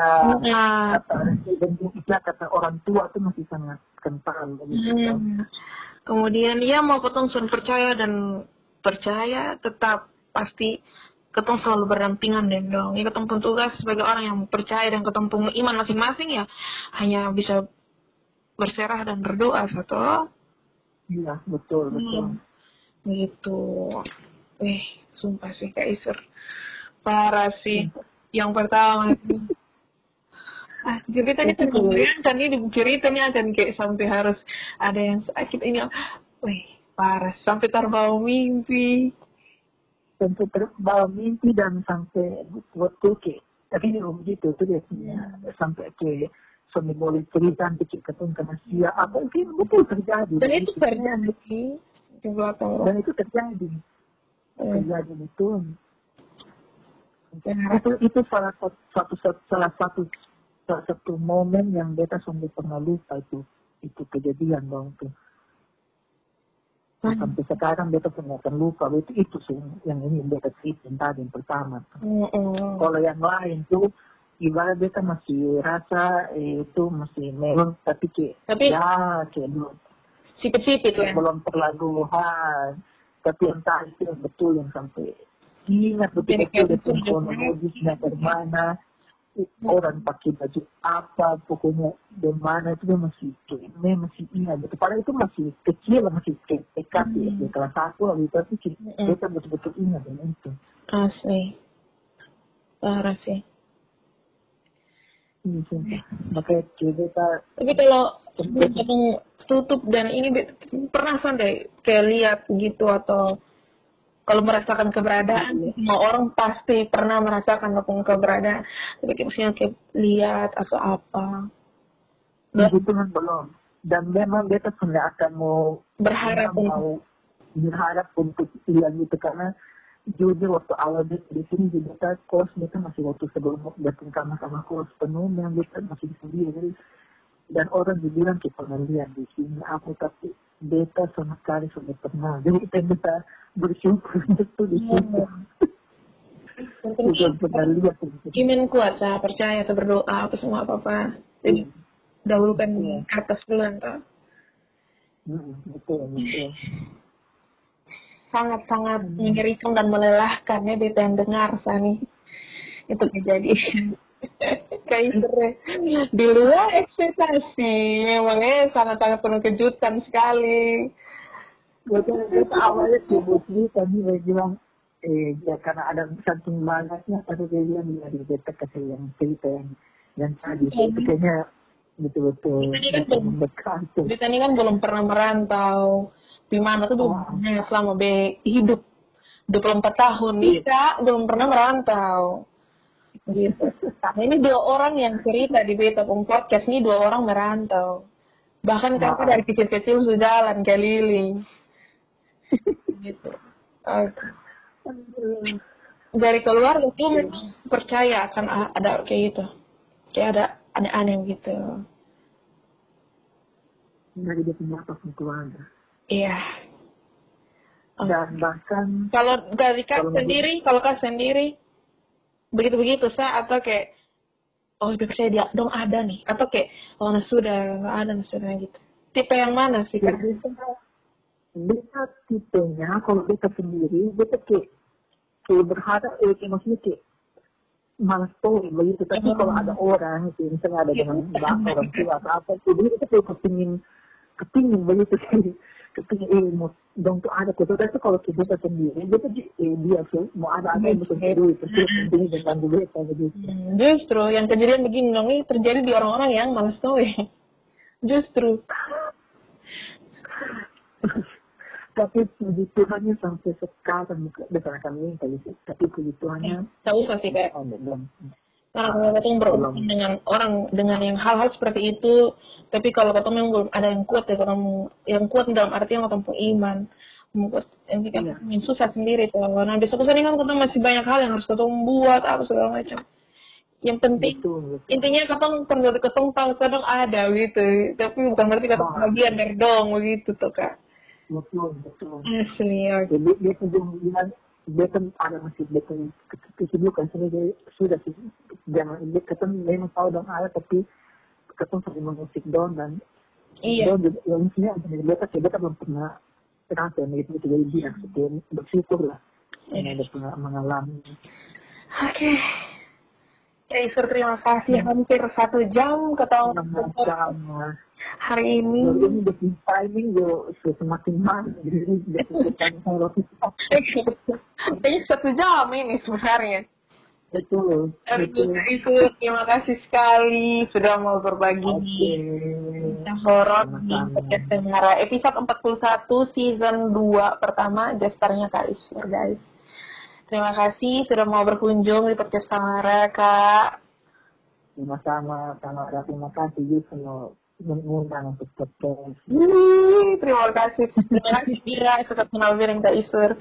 kata orang tua itu masih sangat kental. Kemudian mau ketong sun percaya dan percaya tetap pasti ketong selalu berdampingan dong. Ya ketong pun tugas sebagai orang yang percaya dan ketong punya iman masing-masing ya hanya bisa berserah dan berdoa satu. Iya betul. Gitu. Sumpah sih Kaiser parah sih. Yang pertama itu ceritanya kemudian kan ini ceritanya dan kayak sampai harus ada yang sakit ini parah sampai terbawa mimpi. tentu terbawa mimpi dan sampai waktu ke tapi begitu tuh dia punya sampai ke suami boleh cerita nanti ketemu karena sia apa mungkin betul terjadi Dan itu terjadi di belakang lo. dan itu terjadi itu itu salah satu momen yang beta sampai pernah lupa itu kejadian dong tuh. Sampai sekarang beta pernah lupa itu sih yang ini beta ceritain tadi yang pertama. Kalau yang lain tuh ibarat beta masih rasa itu masih memang tapi kayak belum sipit-sipit ya. Belum terlalu tapi entah itu yang betul yang sampai ingat betul-betul kronologisnya dari mana orang pakai baju apa pokoknya dari mana itu masih ingat betul padahal itu masih kecil masih TK di kelas 1 lalu tapi kita betul-betul ingat dengan itu asli parah sih makanya kita tapi kalau ketemu tutup dan ini pernah sampai kayak lihat gitu atau kalau merasakan keberadaan, semua orang pasti pernah merasakan apapun keberadaan. Tapi maksudnya kayak lihat atau apa. Begitu kan belum. Dan memang beta tidak akan mau berharap untuk lihat gitu karena jujur waktu awal beta di sini beta kos beta masih waktu sebelum datang sama kos penuh yang beta masih sendiri. Dan orang dibilang kita pernah lihat di sini aku tapi beta sama sekali sudah pernah jadi kita bisa bersyukur itu di sini bukan pernah lihat iman kuat saya percaya saya berdoa apa semua apa jadi dahulukan atas duluan toh betul sangat mengerikan dan melelahkan ya beta yang dengar Sani itu kejadian kayak di luar ekspektasi memangnya sangat-sangat penuh kejutan sekali. Betul awalnya sibuk tadi saya bilang ya karena ada saking banyaknya tadi dia bilang dari beta kasih yang cerita yang tadi itu kayaknya betul-betul membekas. Kita ini kan belum pernah merantau di mana tuh belum selama hidup 24 tahun kita belum pernah merantau. Gitu. Nah, ini 2 orang yang cerita di Beta Podcast ini 2 orang merantau. Bahkan kakak dari kecil-kecil sudah jalan keliling. Gitu. Dari keluarga tuh percaya akan ada kayak gitu. Kayak ada aneh gitu. Dari dia punya apa keluarga. Iya. Dan bahkan kalau dari kak sendiri begitu atau kayak saya dia dong ada nih atau kayak sudah nggak ada sudah gitu tipe yang mana sih kan bisa tipenya kalau kita sendiri kita kayak berharap maksudnya kayak malas story begitu tapi kalau ada orang misalnya ada dengan orang tua atau apa jadi kita kayak kepingin begitu kepingin ilmu dong tuh ada kota tapi kalau kita sendiri dia tuh mau ada yang betul duit terus ini dengan duit kayak gitu justru yang kejadian begini dong ini terjadi di orang-orang yang malas story justru tapi puji Tuhannya sampai sekarang bukan kami tapi puji Tuhannya tak usah sih kayak karena ketemu berurusan dengan orang dengan yang hal-hal seperti itu tapi kalau ketemu yang belum ada yang kuat ya ketemu yang kuat dalam artian ketemu iman yang kita susah sendiri tuh nah besok-besok ini kan ketemu masih banyak hal yang harus ketemu buat apa segala macam yang penting betul. Intinya ketemu tahu kadang ada gitu tapi bukan berarti ketemu bagian dari dong begitu tuh kak betul asli ya jadi dia bilang dia kan ada masih dia kan kesibukan sendiri sudah sih jangan dia ketemu memang tahu dong ada tapi ketemu sambil mengusik dong dan iya yang intinya dia belum pernah terasa gitu jadi dia bersyukur lah dia pernah mengalami oke. Isur terima kasih hampir 1 jam ketemu hari ini. Ini the timing semakin mahal jadi kayaknya 1 jam ini sebenarnya. Betul. Isur terima kasih sekali sudah mau berbagi horor di podcast Tengara episode 41 season 2 pertama gestarnya Kak Isur guys. Terima kasih sudah mau berkunjung di podcast Tamara, Kak. Sama-sama, terima kasih juga kalau mengundang untuk podcast. Terima kasih. Terima kasih Dira, suka kenal Biring Kak Isur.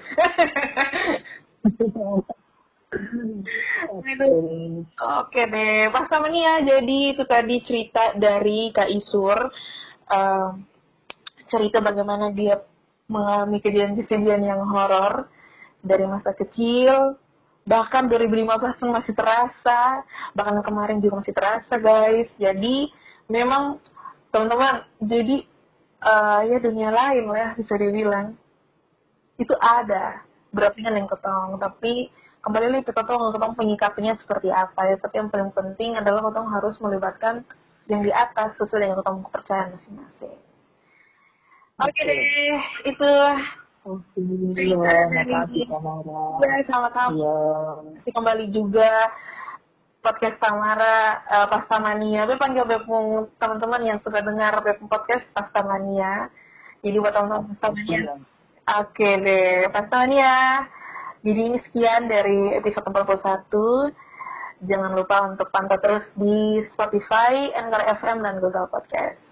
Oke deh, Pas Tamania. Jadi itu tadi cerita dari Kak Isur. Cerita bagaimana dia mengalami kejadian-kejadian yang horor dari masa kecil. Bahkan 2015 pun masih terasa. Bahkan kemarin juga masih terasa, guys. Jadi memang teman-teman, jadi ya dunia lain lah bisa dibilang. Itu ada berarti yang ketong, tapi kembali lagi ke ketong penyikapinya seperti apa ya. Tapi yang paling penting adalah ketong harus melibatkan yang di atas sesuai dengan ketong kepercayaan masing-masing. Oke deh, itu Iya, makasih Tamara. ya sama-sama. Nanti kembali juga podcast Tamara Pas Tamania. Gue panggil bepung teman-teman yang suka dengar bepung podcast Pas Tamania. Jadi buat teman-teman Pas Tamania. Oke deh, Pas Tamania. Jadi ini sekian dari episode 41. Jangan lupa untuk pantau terus di Spotify, Anchor FM, dan Google Podcast.